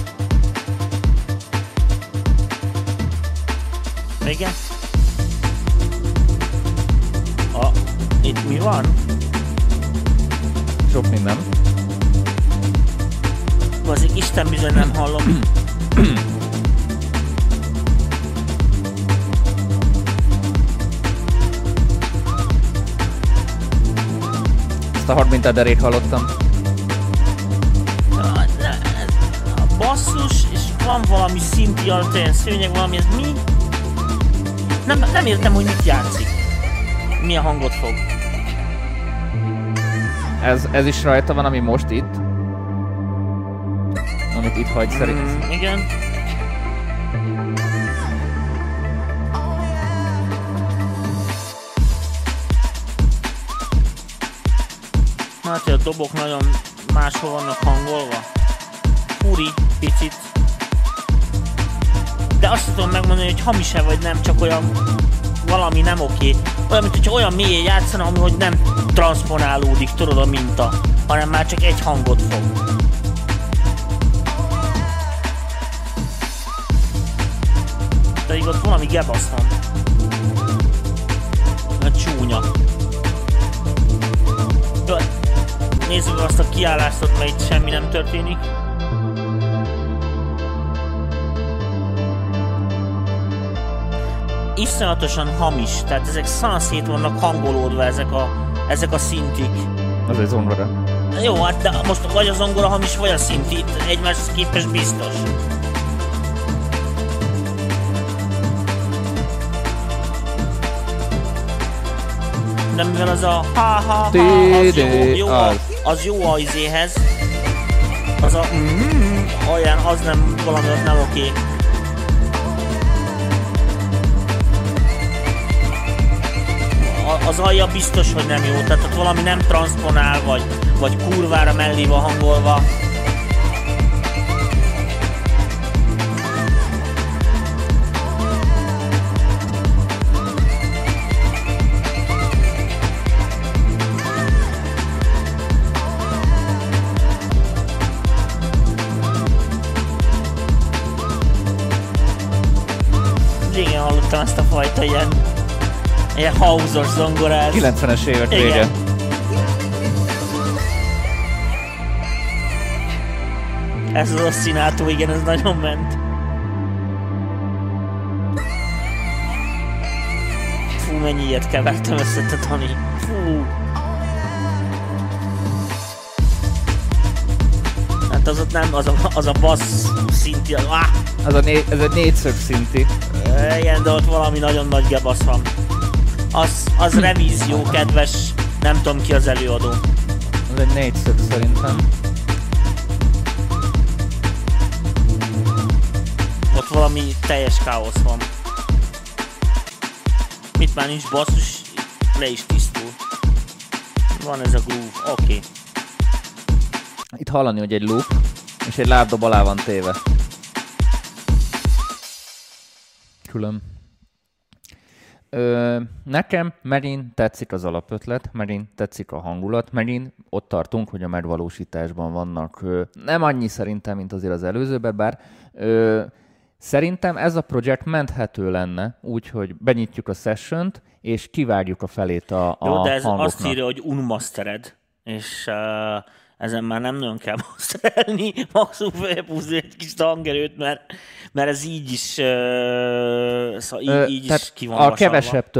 Igen. A, itt mi van? Sok minden. Azért Isten bizony nem hallom. Ezt a harmincederét hallottam. A basszus, és van valami szinti alatt olyan szőnyeg, valami, ez mi? Nem, nem értem, hogy mit játszik. Milyen hangot fog. Ez, ez is rajta van, ami most itt. Amit itt hagy szerint. Mm, igen. Hát, hogy a dobok nagyon máshol vannak hangolva. Furi, picit. De azt tudom megmondani, hogy hamis-e vagy nem, csak olyan valami nem oké. Olyan, mint hogyha olyan mélyen játszana, ami hogy nem transponálódik, tudod, a minta, hanem már csak egy hangot fog. Pedig ott valami gebasz van. A csúnya. Jó, nézzük azt a kiállást, mert itt semmi nem történik. Iszonyatosan hamis, tehát ezek szanaszét vannak hangolódva ezek a, ezek a szintik. Az egy zongora. Jó, hát de most vagy a zongora hamis, vagy a szinti, egymáshoz képest biztos. De mivel az a ha-ha-ha, az jó, jó, az, az jó a izéhez. Az a mm, olyan, az nem, valami ott nem oké. Az alja biztos, hogy nem jó, tehát ott valami nem transponál, vagy, vagy kurvára mellé van hangolva. Régen hallottam ezt a fajta ilyen ilyen house-os zongorát. kilencvenes évek vége. Ez az oszcinátó, igen, ez nagyon ment. Fú, mennyi ilyet kevertem össze, te Tani. Fú. Hát az ott nem, az a, az a bassz szinti, az, ah! Az a né, ez egy négyszög szinti. Igen, de ott valami nagyon nagy gebasz van. Az, az revízió, kedves, nem tudom ki az előadó. Ez egy négyszög szerintem. Ott valami teljes káosz van. Mit már nincs basszus, le is tisztul. Van ez a groove, oké. Okay. Itt hallani, hogy egy loop, és egy lábdob alá van téve. Külön. Ö, nekem megint tetszik az alapötlet, megint tetszik a hangulat, megint ott tartunk, hogy a megvalósításban vannak ö, nem annyi szerintem, mint azért az előzőben, bár ö, szerintem ez a projekt menthető lenne, úgyhogy benyitjuk a sessiont, és kivágjuk a felét a, a Jó, de ez hangoknak. azt írja, hogy unmastered, és uh, ezen már nem nagyon kell masterelni, maximum felhúzni egy kis hangerőt, mert, mert ez így is, uh, szóval így, Ö, így tehát is ki van a vasalva. kevesebb több.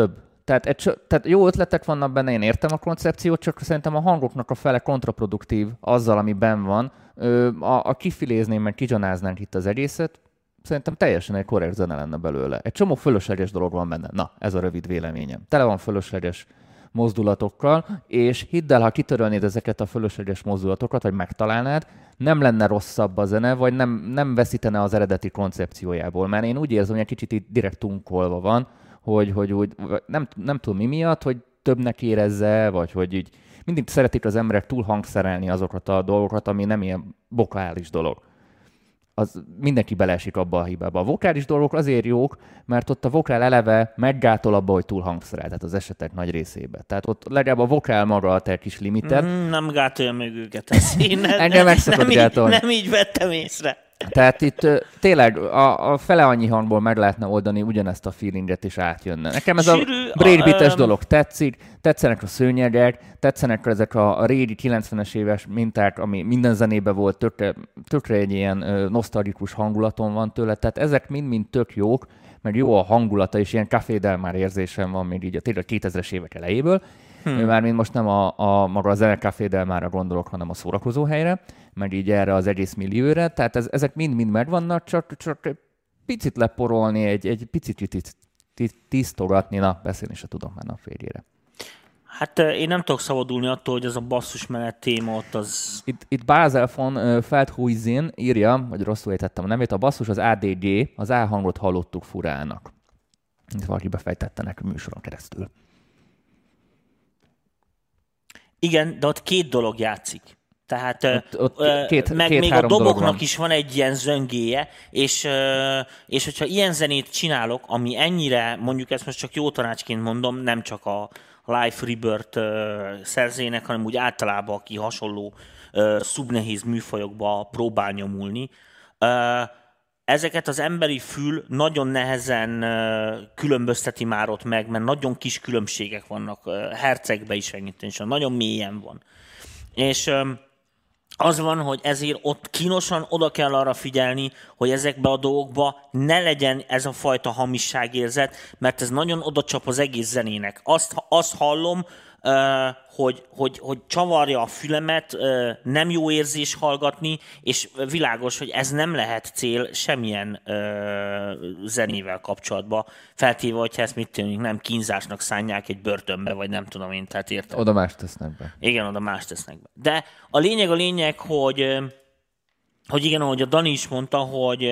Tehát, egy, tehát jó ötletek vannak benne, én értem a koncepciót, csak szerintem a hangoknak a fele kontraproduktív azzal, ami benn van. A, a kifilézném, meg kizsanáznánk itt az egészet, szerintem teljesen egy korrekt zene lenne belőle. Egy csomó fölösleges dolog van benne. Na, ez a rövid véleményem. Tele van fölösleges mozdulatokkal, és hidd el, ha kitörölnéd ezeket a fölösleges mozdulatokat, vagy megtalálnád, nem lenne rosszabb a zene, vagy nem, nem veszítene az eredeti koncepciójából. Mert én úgy érzem, hogy egy kicsit itt direkt tunkolva van, hogy, hogy úgy, nem, nem tudom mi miatt, hogy többnek érezze, vagy hogy így mindig szeretik az emberek túl hangszerelni azokat a dolgokat, ami nem ilyen vokális dolog. Az mindenki beleesik abba a hibába. A vokális dolgok azért jók, mert ott a vokál eleve meggátol abba, hogy túl hangszerel, tehát az esetek nagy részében. Tehát ott legalább a vokál maga a te kis limited. Mm, nem gátolja meg őket ez. Én nem, Engem meg szokott nem, gátolni. így, nem így vettem észre. Tehát itt tényleg a, a fele annyi hangból meg lehetne oldani ugyanezt a feelinget is átjönne. Nekem ez Sűrű, a breakbeates dolog tetszik, tetszenek a szőnyegek, tetszenek ezek a, a régi kilencvenes éves minták, ami minden zenében volt, tökre, tökre egy ilyen nosztalgikus hangulaton van tőle, tehát ezek mind-mind tök jók, meg jó a hangulata, és ilyen Café Del Mar érzésem van még így a tényleg kétezres évek elejéből. Hmm. Mármint most nem a, a maga a zene Café Del Marra gondolok, hanem a szórakozó helyre, meg így erre az egész millióra. Tehát ez, ezek mind-mind megvannak, csak, csak picit leporolni, egy, egy picit tisztogatni, na, beszélni se tudom már nap végére. Hát én nem tudok szabadulni attól, hogy ez a basszusmenet téma ott az... Itt, itt Basel von Feldhuizin írja, vagy rosszul értettem a nevét, a basszus az á dé gé, az A hangot hallottuk furának. Itt valaki befejtette nekünk műsoron keresztül. Igen, de ott két dolog játszik. Tehát ott, ott két, meg két, még a doboknak is van egy ilyen zöngéje, és, és hogyha ilyen zenét csinálok, ami ennyire, mondjuk ezt most csak jó tanácsként mondom, nem csak a Life Rebirth szerzének, hanem úgy általában, aki hasonló szubnehéz műfajokba próbál nyomulni, ezeket az emberi fül nagyon nehezen különbözteti már ott meg, mert nagyon kis különbségek vannak, hercegbe is megint, nagyon mélyen van. És az van, hogy ezért ott kínosan oda kell arra figyelni, hogy ezekbe a dolgokba ne legyen ez a fajta hamisságérzet, mert ez nagyon odacsap az egész zenének. Azt, azt hallom, hogy, hogy, hogy csavarja a fülemet, nem jó érzés hallgatni, és világos, hogy ez nem lehet cél semmilyen zenével kapcsolatban, feltéve, hogyha ezt mit tűnik, nem kínzásnak szánják egy börtönbe, vagy nem tudom én, tehát értem. Oda más tesznek be. Igen, oda más tesznek be. De a lényeg a lényeg, hogy, hogy igen, ahogy a Dani is mondta, hogy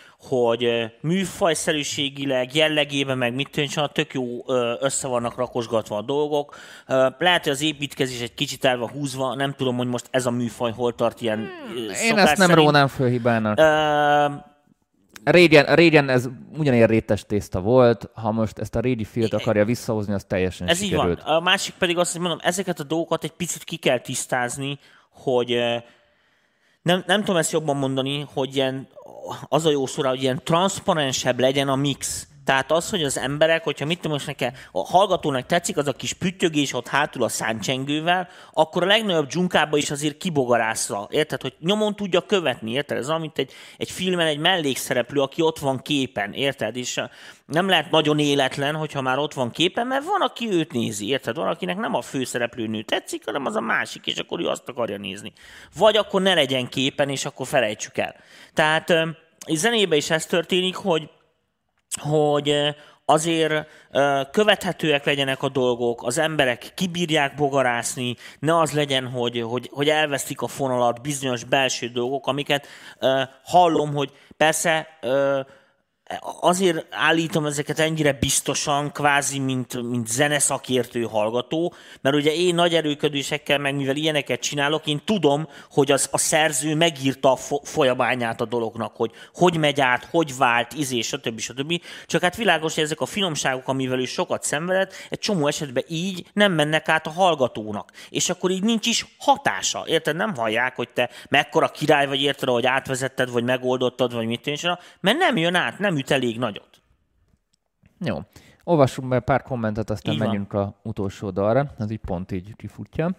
hogy műfajszerűségileg, jellegében, meg mit tűncsen, tök jó össze vannak rakosgatva a dolgok. Lehet, hogy az építkezés egy kicsit el van húzva, nem tudom, hogy most ez a műfaj hol tart ilyen hmm, Én ezt nem rónám föl hibának. Uh, régen, régen ez ugyanilyen rétes tészta volt, ha most ezt a régi filt akarja visszahozni, az teljesen ez sikerült. Ez így van. A másik pedig azt, hogy mondom, ezeket a dolgokat egy picit ki kell tisztázni, hogy nem, nem tudom ezt jobban mondani, hogy ilyen az a jó szóra, hogy ilyen transzparensebb legyen a mix. Tehát az, hogy az emberek, hogyha mit tudom most nekem, a hallgatónak tetszik az a kis püttyögés ott hátul a száncsengővel, akkor a legnagyobb dzsunkába is azért kibogarásza. Érted? Hogy nyomon tudja követni. Érted? Ez amit egy, egy filmen egy mellékszereplő, aki ott van képen. Érted? És nem lehet nagyon életlen, hogyha már ott van képen, mert van, aki őt nézi. Érted? Van, akinek nem a főszereplőnő tetszik, hanem az a másik, és akkor ő azt akarja nézni. Vagy akkor ne legyen képen, és akkor felejtsük el. Tehát zenében is ez történik, hogy hogy azért követhetőek legyenek a dolgok, az emberek kibírják bogarászni, ne az legyen, hogy, hogy, hogy elvesztik a fonalat bizonyos belső dolgok, amiket hallom, hogy persze azért állítom ezeket ennyire biztosan, kvázi, mint, mint zeneszakértő hallgató, mert ugye én nagy erőködésekkel, meg mivel ilyeneket csinálok, én tudom, hogy az, a szerző megírta a folyamányát a dolognak, hogy hogy megy át, hogy vált, izé, stb. stb. Csak hát világos, hogy ezek a finomságok, amivel ő sokat szenvedett, egy csomó esetben így nem mennek át a hallgatónak. És akkor így nincs is hatása. Érted? Nem hallják, hogy te mekkora király vagy, érted, hogy átvezetted, vagy megoldottad, vagy mit tűncsen, mert nem jön át, nem üt elég nagyot. Jó. Olvassunk be pár kommentet, aztán így menjünk az utolsó dalra. Ez így pont így kifutja.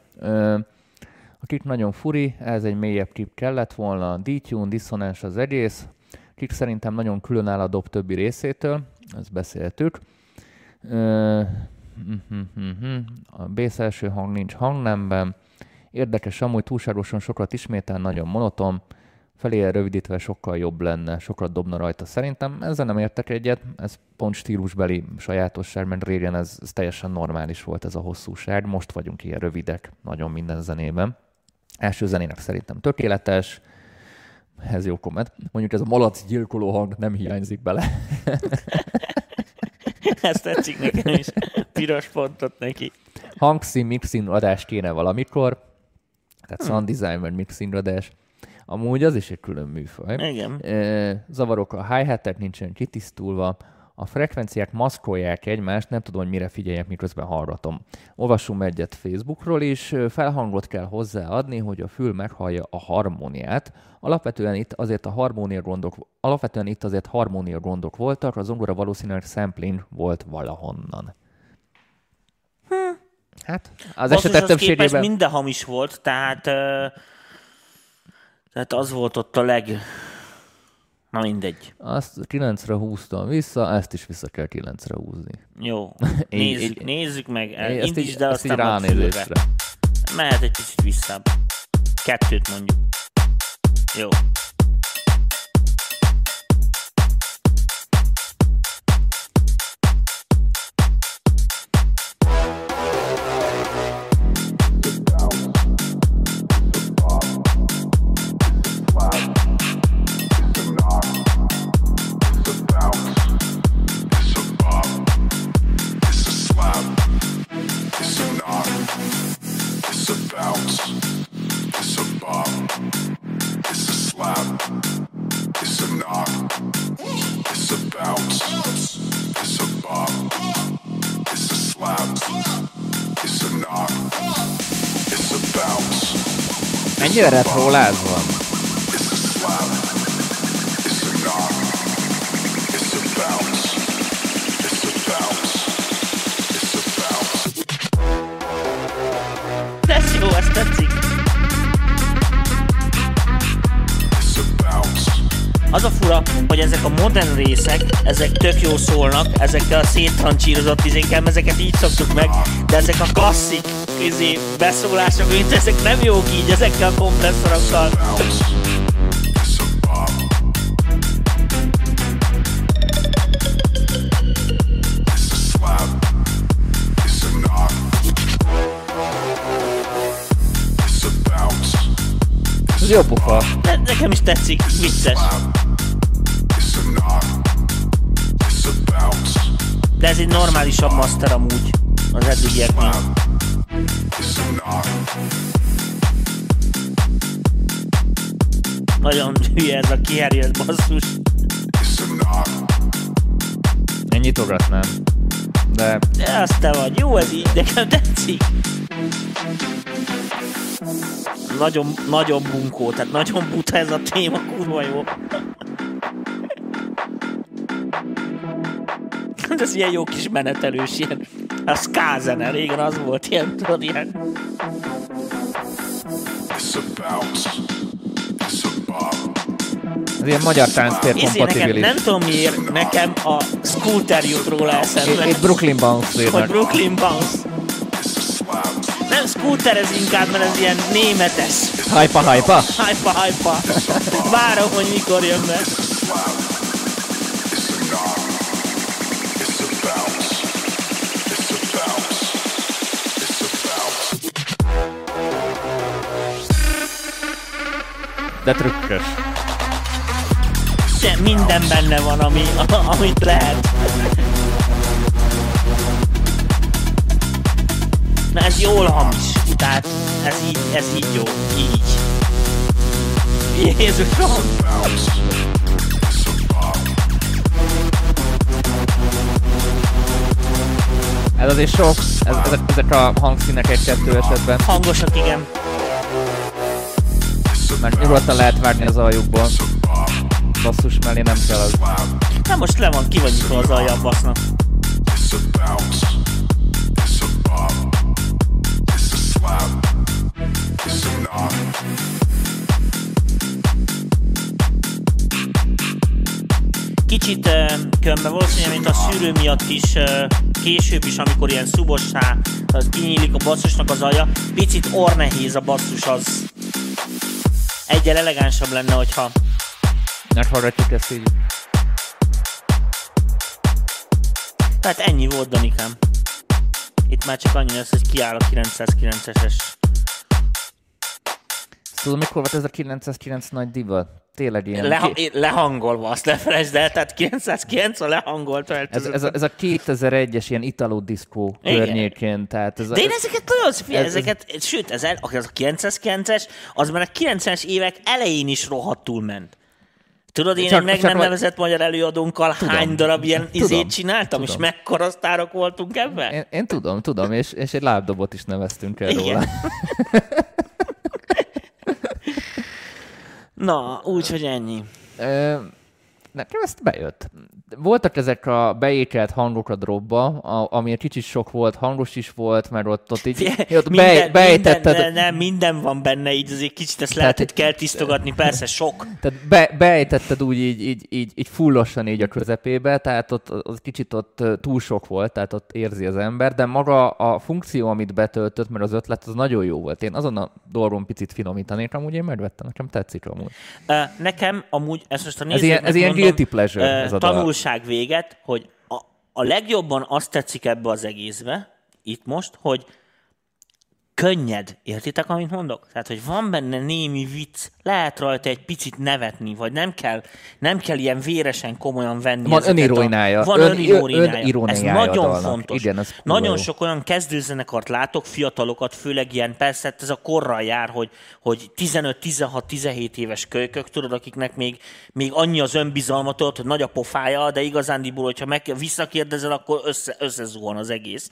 A kik nagyon furi, ez egy mélyebb klip kellett volna. D-tune, diszonás az egész. Kik szerintem nagyon különáll a dob többi részétől. Ezt beszéltük. A bass első hang nincs hangnemben. Érdekes, amúgy túlságosan sokat ismétel, nagyon monoton. Felé rövidítve sokkal jobb lenne, sokat dobna rajta szerintem. Ezzel nem értek egyet, ez pont stílusbeli sajátosság, mert régen ez, ez teljesen normális volt ez a hosszúság. Most vagyunk ilyen rövidek nagyon minden zenében. Első zenének szerintem tökéletes. Ez jó komment. Mondjuk ez a malac gyilkoló hang nem hiányzik bele. Ezt tetszik nekem is. Piros pontot neki. Hangszín, mixing adás kéne valamikor. Tehát sound design vagy mixing adás. Amúgy az is egy külön műfaj. Igen. Zavarok a hi-hatek, nincsen kitisztulva. A frekvenciák maszkolják egymást, nem tudom, hogy mire figyeljek, miközben hallgatom. Olvassunk egyet Facebookról is, felhangot kell hozzáadni, hogy a fül meghallja a harmóniát. Alapvetően itt azért a harmónia gondok, alapvetően itt azért harmónia gondok voltak, a zongora valószínűleg sampling volt valahonnan. Hm. Hát, az esetek többségében... minden hamis volt, tehát, uh, tehát az volt ott a leg... Na mindegy. Azt kilencre húztam vissza, ezt is vissza kell kilencre húzni. Jó, nézzük, így, nézzük meg. El, indítsd el, aztán ránézésre. Mehet egy kicsit visszább. Kettőt mondjuk. Jó. Mennyire retroláz van? Ez jó, ezt tetszik. Az a fura, hogy ezek a modern részek, ezek tök jó szólnak, ezekkel a széttrancsírozott izékkel, ezeket így szoktuk meg, de ezek a klasszik izé, beszólások, mint ezek nem jók így, ezekkel a kompresszorokkal. Ez jó pofa. Ne, nekem is tetszik, vicces. De ez egy normálisabb master amúgy az eddigieknél. Nagyon hülye ez a kiherjelt basszus. Én nyitogatnám. De... De azt te vagy. Jó ez így, nekem tetszik. Nagyon, nagyon bunkó, tehát nagyon buta ez a téma, kurva jó. Ez ilyen jó kis menetelős, ilyen a ska zene, régen az volt ilyen, tudod, ilyen. Ez ilyen magyar tánctér kompatibilis. Nem tudom miért, nekem a Scooter jut róla eszembe. Itt Brooklyn Bounce. Hogy Brooklyn Bounce. Nem Scooter ez inkább, mert ez ilyen németes. Hypa, hypa? Hypa, hypa. Várom, hogy mikor jön be. De trükkös. De minden benne van, ami, amit lehet. Na ez jól hamis. Tehát ez így, ez így jó. Így. Jézusom! Ez azért sok. Ez, ezek, ezek a hangszínek egy-kettő esetben. Hangosak, igen. Mert nyugodtan lehet vágni az aljukból. Basszus mellé nem kell az. Na most le van, ki vagy nyitva az alja a bassznak. kicsit uh, kömbe valószínűleg, mint a szűrő miatt is uh, később is, amikor ilyen szubossá, az kinyílik a basszusnak az alja, picit ornehéz a basszus, az egyel elegánsabb lenne, hogyha... Mert hallgatjuk ezt így. Tehát ennyi volt, Danikám. Itt már csak annyi lesz, hogy kiáll a kilencszázkilences. Tudod, mikor volt ez a kilencszázkilenc nagy divat? Tényleg ilyen... Leha- lehangolva, azt ne felejtsd el, tehát kilencszázkilenc a lehangolt. Ez, ez, a, ez a kétezer-egyes ilyen Italo-diszkó környékén, tehát ez a, de én ez, ezeket nagyon szépen, ez, ezeket, ez, sőt, ez, az a kilencszázkilences, az már a kilencvenes évek elején is rohadtul ment. Tudod, én csak, egy meg nem vagy... nevezett magyar előadónkkal tudom, hány darab ilyen tudom, izét csináltam, tudom. És mekkora sztárok voltunk ebben? Én, én tudom, tudom, és, és egy lábdobot is neveztünk el róla. Na, úgyhogy ennyi. Ö, nekem ezt bejött. Voltak ezek a beékelt hangok a dropba, ami egy kicsit sok volt, hangos is volt, mert ott, ott így ott minden, be, minden, ne, nem, minden van benne, így azért kicsit ezt lehet, hogy kell tisztogatni, persze sok. Tehát be, beejtetted úgy így, így, így, így fullosan így a közepébe, tehát ott, ott kicsit ott túl sok volt, tehát ott érzi az ember, de maga a funkció, amit betöltött, mert az ötlet, az nagyon jó volt. Én azon a dolgon picit finomítanék, amúgy én megvettem, nekem tetszik amúgy. Uh, nekem amúgy, ezt most a nézőknek Ez ilyen, ez ilyen guilty pleasure, uh, ez a tanulság véget, hogy a, a legjobban azt tetszik ebbe az egészbe, itt most, hogy könnyed. Értitek, amit mondok? Tehát, hogy van benne némi vicc, lehet rajta egy picit nevetni, vagy nem kell, nem kell ilyen véresen komolyan venni. Van öniróniája. Van ön, öniróniája. Ez nagyon dalnak. fontos. Igen, nagyon sok olyan kezdőzenekart látok, fiatalokat, főleg ilyen, persze ez a korral jár, hogy, hogy tizenöt, tizenhat, tizenhét éves kölykök, tudod, akiknek még, még annyi az önbizalmat, hogy nagy a pofája, de igazándiból, hogyha meg visszakérdezel, akkor össze, összezuhan az egész.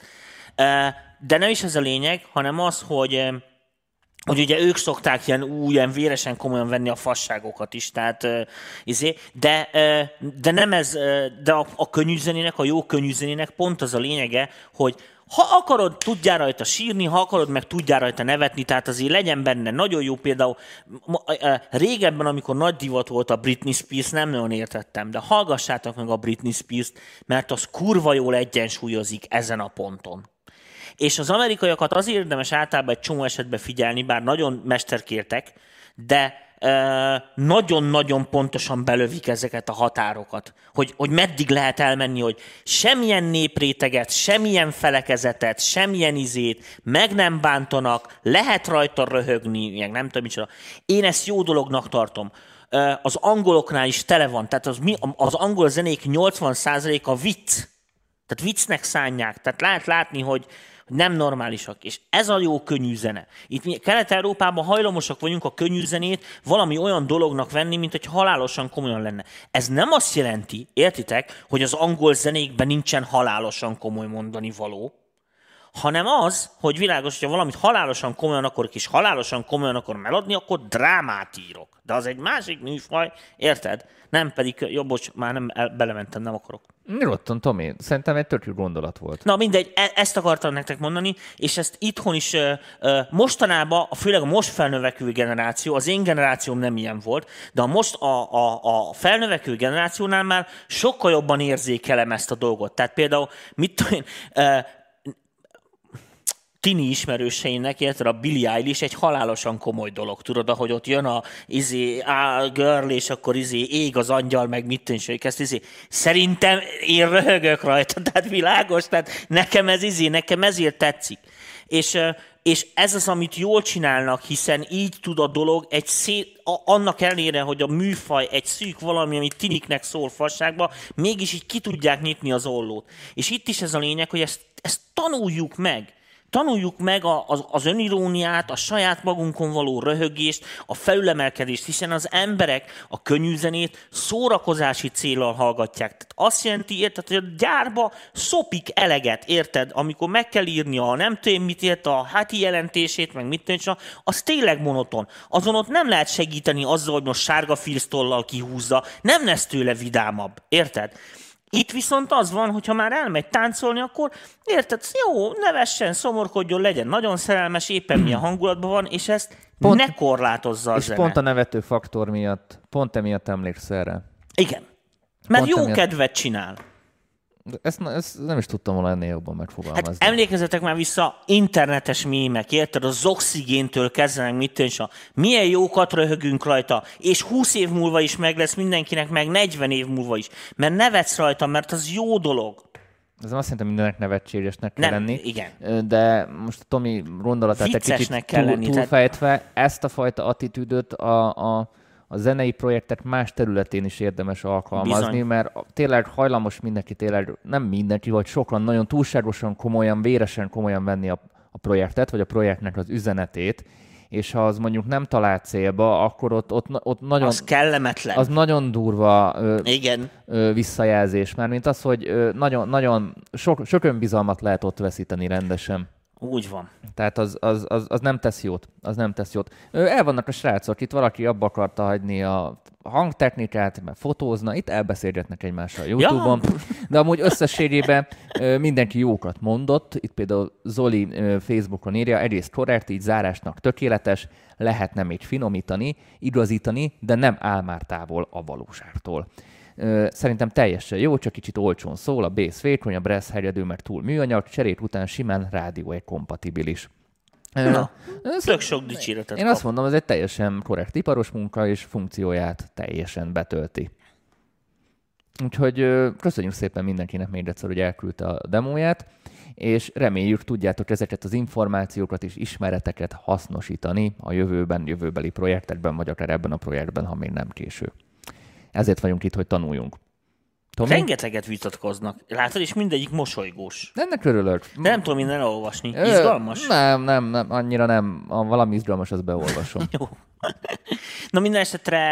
De nem is ez a lényeg, hanem az, hogy, hogy ugye ők szokták ilyen, ú, ilyen véresen komolyan venni a fasságokat is, tehát, izé, de, de nem ez, de a, a könnyűzenének, a jó könnyűzenének pont az a lényege, hogy ha akarod, tudjál rajta sírni, ha akarod, meg tudjál rajta nevetni, tehát azért legyen benne. Nagyon jó például, régebben, amikor nagy divat volt a Britney Spears, nem nagyon értettem, de hallgassátok meg a Britney Spears-t, mert az kurva jól egyensúlyozik ezen a ponton. És az amerikaiakat azért érdemes általában egy csomó esetben figyelni, bár nagyon mesterkértek, de nagyon-nagyon pontosan belövik ezeket a határokat, hogy, hogy meddig lehet elmenni, hogy semmilyen népréteget, semmilyen felekezetet, semmilyen izét meg nem bántanak, lehet rajta röhögni, meg nem tudom micsoda. Én ezt jó dolognak tartom. Az angoloknál is tele van, tehát az, az angol zenék nyolcvan százaléka vicc, tehát viccnek szánják, tehát lehet látni, hogy nem normálisak. És ez a jó könnyű zene. Itt mi Kelet-Európában hajlamosak vagyunk a könnyű zenét valami olyan dolognak venni, mint hogy halálosan komolyan lenne. Ez nem azt jelenti, értitek, hogy az angol zenékben nincsen halálosan komoly mondani való, hanem az, hogy világos, hogyha valamit halálosan komolyan akarok, és halálosan komolyan akarom eladni, akkor drámát írok. De az egy másik műfaj, érted? Nem pedig, jobb, bocs, már nem el, belementem, nem akarok. Nyugodtan, Tomi. Szerintem egy tök jó gondolat volt. Na mindegy, e- ezt akartam nektek mondani, és ezt itthon is uh, uh, mostanában, főleg a most felnövekvő generáció, az én generációm nem ilyen volt, de a most a, a, a felnövekvő generációnál már sokkal jobban érzékelem ezt a dolgot. Tehát például, mit tudom én, uh, tini ismerőseinek, érted, a Billie Eilish egy halálosan komoly dolog, tudod, ahogy ott jön a izé, a girl, és akkor izé, ég az angyal, meg mit tűnik, ezt izé. Szerintem én röhögök rajta, tehát világos, tehát nekem ez izé, nekem ezért tetszik. És, és ez az, amit jól csinálnak, hiszen így tud a dolog egy szét, a, annak ellenére, hogy a műfaj egy szűk valami, amit tiniknek szól fasságba, mégis így ki tudják nyitni az ollót. És itt is ez a lényeg, hogy ezt, ezt tanuljuk meg. Tanuljuk meg az, az öniróniát, a saját magunkon való röhögést, a felülemelkedést, hiszen az emberek a könnyűzenét szórakozási céllal hallgatják. Tehát azt jelenti, érted, hogy a gyárba szopik eleget, érted, amikor meg kell írnia a nem tudom mit ért, a háti jelentését, meg mit tudom, az tényleg monoton. Azon ott nem lehet segíteni azzal, hogy most sárga filztollal kihúzza, nem lesz tőle vidámabb, érted? Itt viszont az van, hogyha már elmegy táncolni, akkor érted, jó, nevessen, szomorkodjon, legyen nagyon szerelmes, éppen milyen hangulatban van, és ezt pont, ne korlátozza a és zene. pont a nevető faktor miatt, pont emiatt emlékszel erre. Igen. Mert jó emiatt... kedvet csinál. Ezt, ezt nem is tudtam volna ennél jobban megfogalmazni. Hát emlékezzetek már vissza, internetes mémek, érted? Az oxigéntől kezdenek, mit tűncs, milyen jókat röhögünk rajta, és húsz év múlva is meg lesz mindenkinek, meg negyven év múlva is. Mert nevetsz rajta, mert az jó dolog. Ez azt szerintem mindenek nevetségesnek kell nem, lenni. Igen. De most a Tomi gondolatát egy kicsit kell túl, lenni, túlfejtve, tehát... ezt a fajta attitűdöt a, a, a zenei projektek más területén is érdemes alkalmazni, bizony. Mert tényleg hajlamos mindenki, tényleg nem mindenki, vagy sokan nagyon túlságosan komolyan, véresen komolyan venni a, a projektet, vagy a projektnek az üzenetét, és ha az mondjuk nem talál célba, akkor ott, ott, ott nagyon... Az kellemetlen. Az nagyon durva ö, Igen. Ö, visszajelzés, mert mint az, hogy ö, nagyon, nagyon sok, sok önbizalmat lehet ott veszíteni rendesen. Úgy van. Tehát az, az, az, az nem tesz jót. Az nem tesz jót. Ö, el vannak a srácok, itt valaki abba akarta hagyni a hangtechnikát, mert fotózna, itt elbeszélgetnek egymással YouTube-on, ja. De amúgy összességében ö, mindenki jókat mondott. Itt például Zoli ö, Facebookon írja, egyrészt korrekt, így zárásnak tökéletes, lehetne még finomítani, igazítani, de nem áll már távol a valóságtól. Ö, szerintem teljesen jó, csak kicsit olcsón szól, a bass vékony, a brass hegyedő, mert túl műanyag, cserét után simán rádió kompatibilis. Na, tök sok dicséretet Én kap. azt mondom, ez egy teljesen korrekt iparos munka, és funkcióját teljesen betölti. Úgyhogy köszönjük szépen mindenkinek még egyszer, hogy elküldte a demóját, és reméljük tudjátok ezeket az információkat és ismereteket hasznosítani a jövőben, jövőbeli projektekben, vagy akár ebben a projektben, ha még nem késő. Ezért vagyunk itt, hogy tanuljunk. Tomi? Rengeteget vitatkoznak. Látod, és mindegyik mosolygós. De ennek örülök. De nem tudom innen elolvasni. Izgalmas? Ö, nem, nem, nem, annyira nem. Ha valami izgalmas, azt beolvasom. Jó. Na minden esetre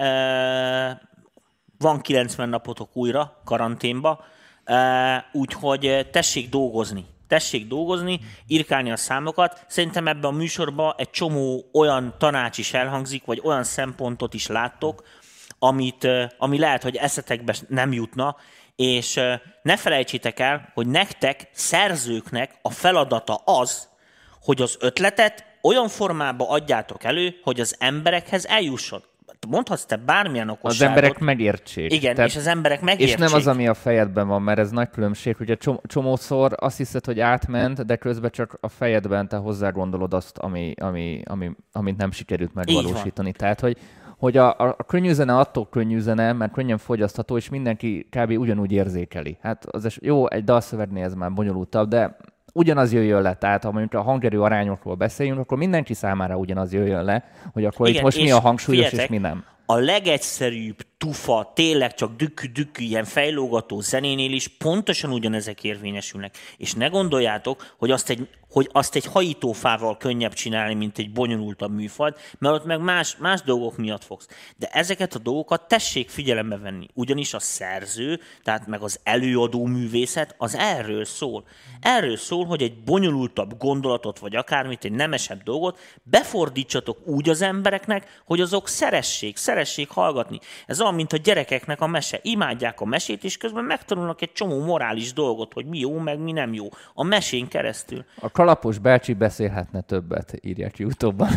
uh, van kilencven napotok újra karanténba, uh, úgyhogy tessék dolgozni. Tessék dolgozni, írkálni a számokat. Szerintem ebben a műsorban egy csomó olyan tanács is elhangzik, vagy olyan szempontot is láttok, Amit, ami lehet, hogy eszetekbe nem jutna, és ne felejtsétek el, hogy nektek, szerzőknek a feladata az, hogy az ötletet olyan formában adjátok elő, hogy az emberekhez eljusson. Mondhatsz te bármilyen okosságot. Az emberek megértsék. Igen, tehát, és az emberek megértsék. És nem az, ami a fejedben van, mert ez nagy különbség. Ugye csomószor azt hiszed, hogy átment, de közben csak a fejedben te hozzá-gondolod azt, ami, ami, ami, amit nem sikerült megvalósítani. Tehát, hogy hogy a, a, a könnyű zene attól könnyű zene, mert könnyen fogyasztható, és mindenki kb. Ugyanúgy érzékeli. Hát az es, jó, egy dalszövegnél ez már bonyolultabb, de ugyanaz jöjjön le. Tehát ha mondjuk a hangerő arányokról beszéljünk, akkor mindenki számára ugyanaz jöjjön le, hogy akkor igen, itt most mi a hangsúlyos, figyeltek, és mi nem. A legegyszerűbb tufa, tényleg csak dükkü-dükkü, ilyen fejlógató zenénél is pontosan ugyanezek érvényesülnek. És ne gondoljátok, hogy azt egy, hogy azt egy hajítófával könnyebb csinálni, mint egy bonyolultabb műfajt, mert ott meg más, más dolgok miatt fogsz. De ezeket a dolgokat tessék figyelembe venni. Ugyanis a szerző, tehát meg az előadó művészet, az erről szól. Erről szól, hogy egy bonyolultabb gondolatot, vagy akármit, egy nemesebb dolgot befordítsatok úgy az embereknek, hogy azok szeressék, szeressék hallgatni. Ez olyan, mint a gyerekeknek a mese. Imádják a mesét, és közben megtanulnak egy csomó morális dolgot, hogy mi jó, meg mi nem jó. A mesén keresztül. A kalapos bácsi beszélhetne többet, írják YouTube-ban.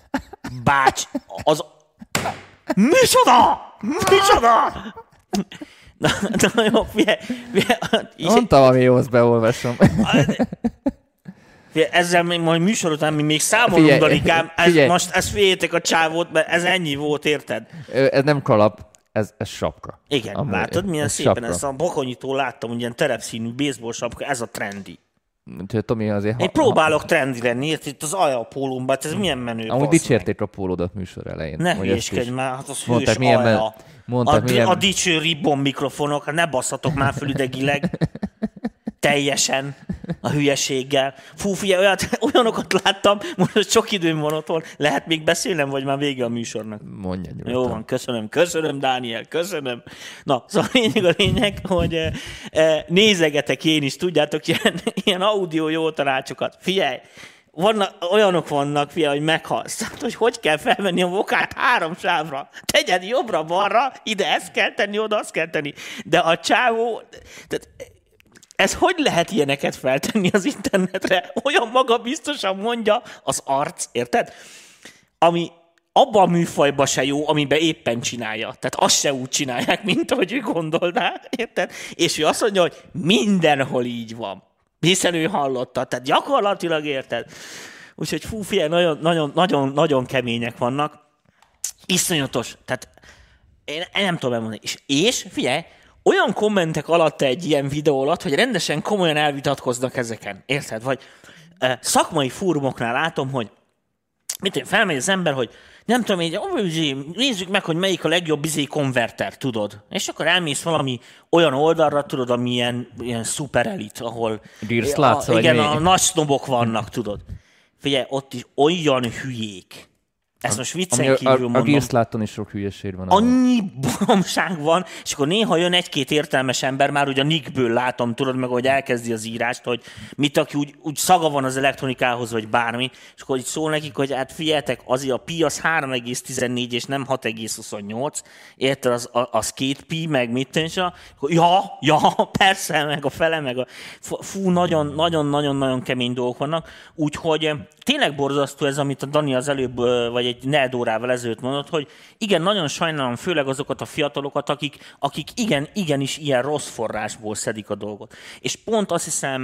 Bács! Az... Micsoda! Micsoda! Na, na jó, figyelj, figyelj. Mondtam, ami jóhoz beolvasom. Ezzel még majd műsor után mi még számolunk, Dalikám. Ez, most ezt figyeljétek a csávót, mert ez ennyi volt, érted? Ez nem kalap, ez, ez sapka. Igen, amúgy, látod, milyen ez szépen sapka. Ezt a Bokonyitól láttam, hogy ilyen terepszínű baseball sapka, ez a trendi. Tomi azért... Én ha, próbálok ha, trendi lenni, érted, itt az alja a pólómban, ez milyen menő. Amúgy dicsérték a pólódat műsor elején. Ne hülyéskedj már, hát az hűs milyen alja. Mondták, a, milyen... a dicső ribbon mikrofonok, hát ne basszatok már föl idegileg. Teljesen a hülyeséggel. Fú, figyelj, olyat, olyanokat láttam, most sok időm van otthon, lehet még beszélnem, vagy már vége a műsornak? Mondja nyugodtan. Jó van, köszönöm, köszönöm, Dániel, köszönöm. Na, szóval a lényeg a lényeg, hogy eh, nézegetek én is, tudjátok, ilyen, ilyen audio jó tanácsokat. Figyelj, vannak, olyanok vannak, figyelj, hogy meghalsz. Tehát, hogy hogy kell felvenni a vokát három sávra. Tegyed jobbra-balra, ide ezt kell tenni, oda azt kell tenni. De a csávó... Tehát, ez hogy lehet ilyeneket feltenni az internetre? Olyan magabiztosan mondja az arc, érted? Ami, abban a műfajban se jó, amiben éppen csinálja. Tehát azt se úgy csinálják, mint ahogy ő gondolná, érted? És ő azt mondja, hogy mindenhol így van. Hiszen ő hallotta. Tehát gyakorlatilag érted. Úgyhogy fú, figyelj, nagyon, nagyon, nagyon, nagyon kemények vannak. Iszonyatos. Tehát én nem tudom elmondani. És, és figyelj, olyan kommentek alatt egy ilyen videó alatt, hogy rendesen komolyan elvitatkoznak ezeken. Érted? Vagy eh, szakmai fórumoknál látom, hogy mit én, felmegy az ember, hogy nem tudom, így, nézzük meg, hogy melyik a legjobb izé konverter, tudod. És akkor elmész valami olyan oldalra, tudod, ami ilyen, ilyen szuper elit, ahol a, igen, a nagy sznobok vannak, tudod. Figyelj, ott is olyan hülyék. Ezt most viccen kívül mondom. A Gearsláton is sok hülyeség van. Annyi baromság van, és akkor néha jön egy-két értelmes ember, már ugye a nickből látom, tudod meg, hogy elkezdi az írást, hogy mit, aki úgy, úgy szaga van az elektronikához, vagy bármi, és akkor így szól nekik, hogy hát figyeljetek, azért a pi az három egész tizennégy, és nem hat egész huszonnyolc, érted, az, az két pi, meg mit tűnse, ja, ja, persze, meg a fele, meg a... Fú, nagyon-nagyon-nagyon kemény dolgok vannak, úgyhogy tényleg borzasztó ez, amit a Dani az előbb, vagy egy negyed órával ezelőtt mondott, hogy igen, nagyon sajnálom főleg azokat a fiatalokat, akik, akik igen, igenis ilyen rossz forrásból szedik a dolgot. És pont azt hiszem,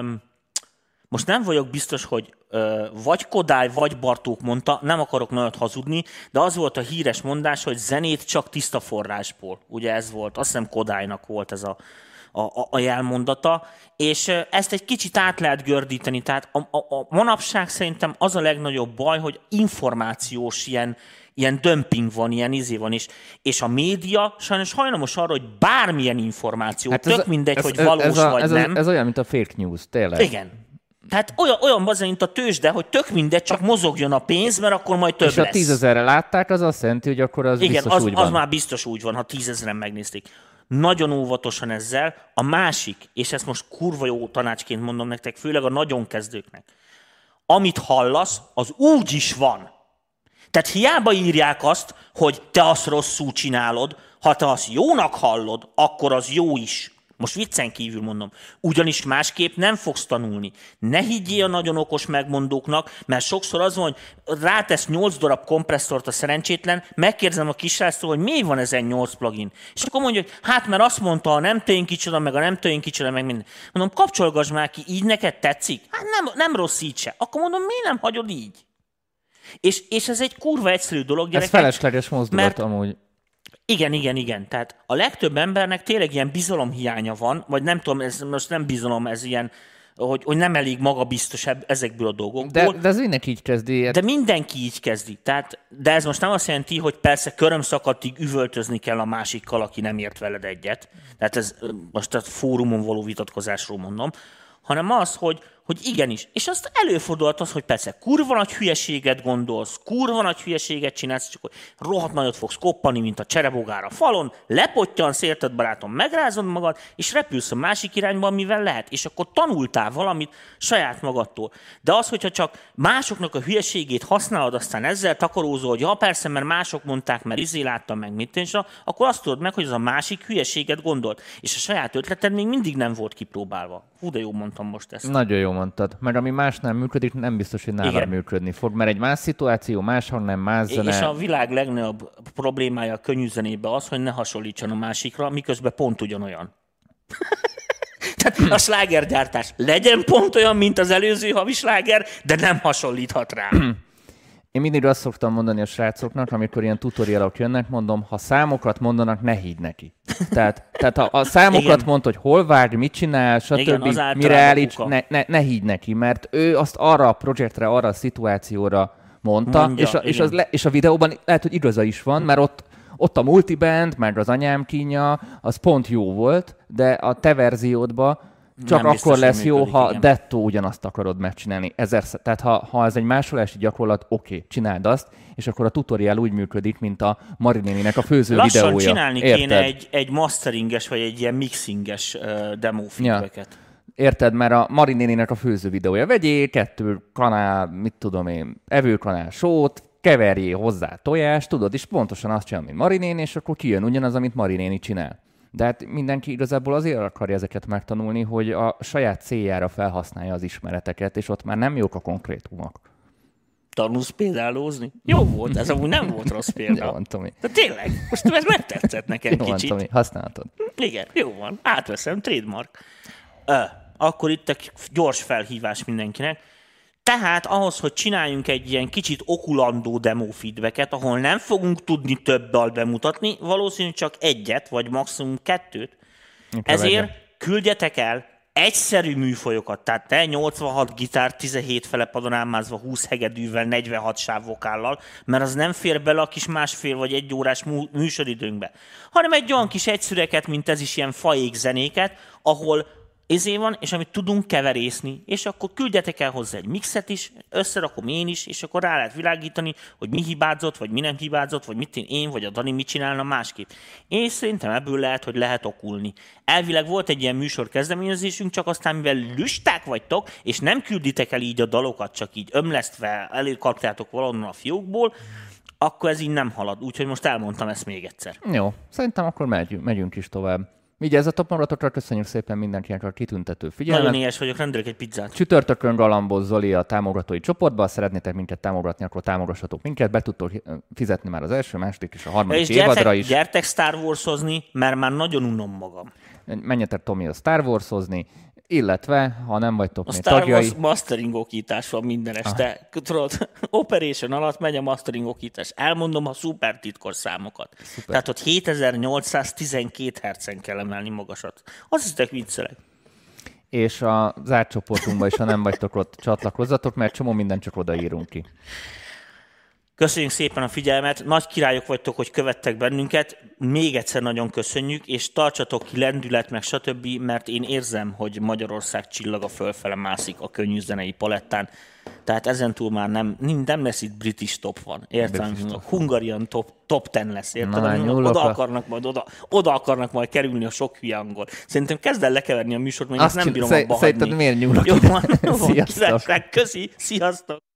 most nem vagyok biztos, hogy vagy Kodály, vagy Bartók mondta, nem akarok nagyot hazudni, de az volt a híres mondás, hogy zenét csak tiszta forrásból. Ugye ez volt, azt hiszem Kodálynak volt ez a A, a jelmondata, és ezt egy kicsit át lehet gördíteni. Tehát a, a, a manapság szerintem az a legnagyobb baj, hogy információs ilyen, ilyen dömping van, ilyen izé van, és, és a média sajnos hajlamos arra, hogy bármilyen információ, hát tök mindegy, ez, hogy ez, valós ez a, vagy ez nem. A, ez olyan, mint a fake news, tényleg. Igen. Tehát olyan, olyan bazen, mint a tőzsde, hogy tök mindegy, csak mozogjon a pénz, mert akkor majd több és lesz. És ha tízezerre látták, az azt jelenti, hogy akkor az igen, biztos az, úgy van. az már biztos úgy van, ha tízezeren megnézték. Nagyon óvatosan ezzel. A másik, és ezt most kurva jó tanácsként mondom nektek, főleg a nagyon kezdőknek, amit hallasz, az úgy is van. Tehát hiába írják azt, hogy te azt rosszul csinálod, ha te azt jónak hallod, akkor az jó is. Most viccen kívül mondom. Ugyanis másképp nem fogsz tanulni. Ne higgyél a nagyon okos megmondóknak, mert sokszor az van, hogy rátesz nyolc darab kompresszort a szerencsétlen, megkérdezem a kisráctól, hogy miért van ezen nyolc plugin. És akkor mondja, hogy hát mert azt mondta a nem tőjén kicsoda, meg a nem tőjén kicsoda, meg minden. Mondom, kapcsolgass már ki, így neked tetszik? Hát nem, nem rossz így se. Akkor mondom, miért nem hagyod így? És, és ez egy kurva egyszerű dolog, gyerekek. Ez felesleges mozdulat mert... amúgy. Igen, igen, igen. Tehát a legtöbb embernek tényleg ilyen bizalomhiánya van, vagy nem tudom, ez most nem bizalom, ez ilyen, hogy, hogy nem elég magabiztos ezekből a dolgokból. De, de ez mindenki így kezdi. De mindenki így kezdi. Tehát, de ez most nem azt jelenti, hogy persze körömszakadtig üvöltözni kell a másikkal, aki nem ért veled egyet. Tehát ez most a fórumon való vitatkozásról mondom, hanem az, hogy, hogy igenis. És azt előfordulhat az, hogy persze kurva nagy hülyeséget gondolsz, kurva nagy hülyeséget csinálsz, csak hogy rohadt nagyot fogsz koppani, mint a cserebogár a falon, lepottyansz, érted barátom, megrázod magad, és repülsz a másik irányba, mivel lehet. És akkor tanultál valamit saját magadtól. De az, hogyha csak másoknak a hülyeségét használod, aztán ezzel takarózol, hogy ja persze, mert mások mondták, mert izé láttam meg, mit és akkor azt tudod meg, hogy az a másik hülyeséget gondolt. És a saját ötleted még mindig nem volt kipróbálva. Hú, de jó mondtam most ezt. Nagyon jó mondtad. Mert ami más nem működik, nem biztos, hogy nála működni fog. Mert egy más szituáció, máshol nem, más zene. És a világ legnagyobb problémája a könnyű zenében az, hogy ne hasonlítson a másikra, miközben pont ugyanolyan. Tehát a slágergyártás legyen pont olyan, mint az előző havi sláger, de nem hasonlíthat rá. Én mindig azt szoktam mondani a srácoknak, amikor ilyen tutorialok jönnek, mondom, ha számokat mondanak, ne higgy neki. Tehát, tehát ha a számokat Igen. mond, hogy hol vág, mit csinál, stb. Mire állíts, ne, ne, ne higgy neki, mert ő azt arra a projektre, arra a szituációra mondta, Mondja, és, a, és, az le, és a videóban lehet, hogy igaza is van, mert ott, ott a multiband, meg az anyám kínja, az pont jó volt, de a te verziódban csak nem akkor biztos, lesz jó, működik, ha igen. dettó ugyanazt akarod megcsinálni. Ezerszer. Tehát ha, ha ez egy másolási gyakorlat, oké, okay, csináld azt, és akkor a tutorial úgy működik, mint a Marinéninek a főző Lassan videója. Lassan csinálni Érted? kéne egy, egy masteringes, vagy egy ilyen mixinges uh, demo feedbacket. Ja. Érted, mert a Marinéninek a főző videója. Vegyél kettő kanál, mit tudom én, evőkanál sót, keverjél hozzá tojást, tudod, és pontosan azt csinál, mint Marinéni, és akkor kijön ugyanaz, amit Marinéni csinál. De hát mindenki igazából azért akarja ezeket megtanulni, hogy a saját céljára felhasználja az ismereteket, és ott már nem jók a konkrétumok. Tanulsz példálózni? Jó volt, ez amúgy nem volt rossz példa. Jó van, Tomi. De tényleg, most ez megtetszett nekem Jó van, kicsit. Tomi, használhatod. Igen, jó van, átveszem, trademark. Ö, akkor itt egy gyors felhívás mindenkinek. Tehát ahhoz, hogy csináljunk egy ilyen kicsit okulandó demo feedbacket, ahol nem fogunk tudni több dalt bemutatni, valószínűleg csak egyet, vagy maximum kettőt, ezért küldjetek el egyszerű műfajokat, tehát te nyolcvanhat gitár, tizenhét fele padon ámázva, húsz hegedűvel, negyvenhat sávvokállal, mert az nem fér bele a kis másfél vagy egy órás műsoridőnkbe, hanem egy olyan kis egyszüreket, mint ez is, ilyen faék zenéket, ahol ezé van, és amit tudunk keverészni, és akkor küldjetek el hozzá egy mixet is, összerakom én is, és akkor rá lehet világítani, hogy mi hibázott, vagy mi nem hibázott, vagy mit én, vagy a Dani mit csinálna másképp. És szerintem ebből lehet, hogy lehet okulni. Elvileg volt egy ilyen műsor kezdeményezésünk, csak aztán mivel lüsták vagytok, és nem külditek el így a dalokat, csak így ömlesztve előkaptátok valahonnan a fiókból, akkor ez így nem halad. Úgyhogy most elmondtam ezt még egyszer. Jó, szerintem akkor megyünk, megyünk is tovább. Így ez a top maratokra köszönjük szépen mindenkinek a kitüntető figyelmet. Nagyon éhes vagyok, rendelek egy pizzát. Csütörtökön Galambos Zoli a támogatói csoportban. Szeretnétek minket támogatni, akkor támogassatok minket. Be tudtok fizetni már az első, második és a harmadik és évadra gyertek, is. Gyertek Star Wars-ozni, mert már nagyon unom magam. Menjetek Tomi a Star Wars-ozni, illetve, ha nem vagytok a még Star tagjai... Wars mastering okítás van minden este. Ah. Tudod, Operation alatt megy a mastering okítás. Elmondom a szuper titkos számokat. Szuper. Tehát ott hétezer-nyolcszáztizenkét hercen kell emelni magasat. Azt hiszek viccelek. És a zárt csoportunkban is, ha nem vagytok ott, csatlakozzatok, mert csomó mindent csak odaírunk ki. Köszönjük szépen a figyelmet, nagy királyok vagytok, hogy követtek bennünket, még egyszer nagyon köszönjük, és tartsatok ki lendület, meg stb., mert én érzem, hogy Magyarország csillaga fölfele mászik a könnyű zenei palettán, tehát ezentúl már nem, nem lesz itt British top van, értem? Hungarian top, top ten lesz, érted? Oda akarnak majd, oda, oda akarnak majd kerülni a sok hülye angol. Szerintem kezd el lekeverni a műsort, mert én ezt nem bírom abba hagyni. Szerinted miért nyúlok Jó ide? van, jó van, Sziasztok! Köszi, sziasztok!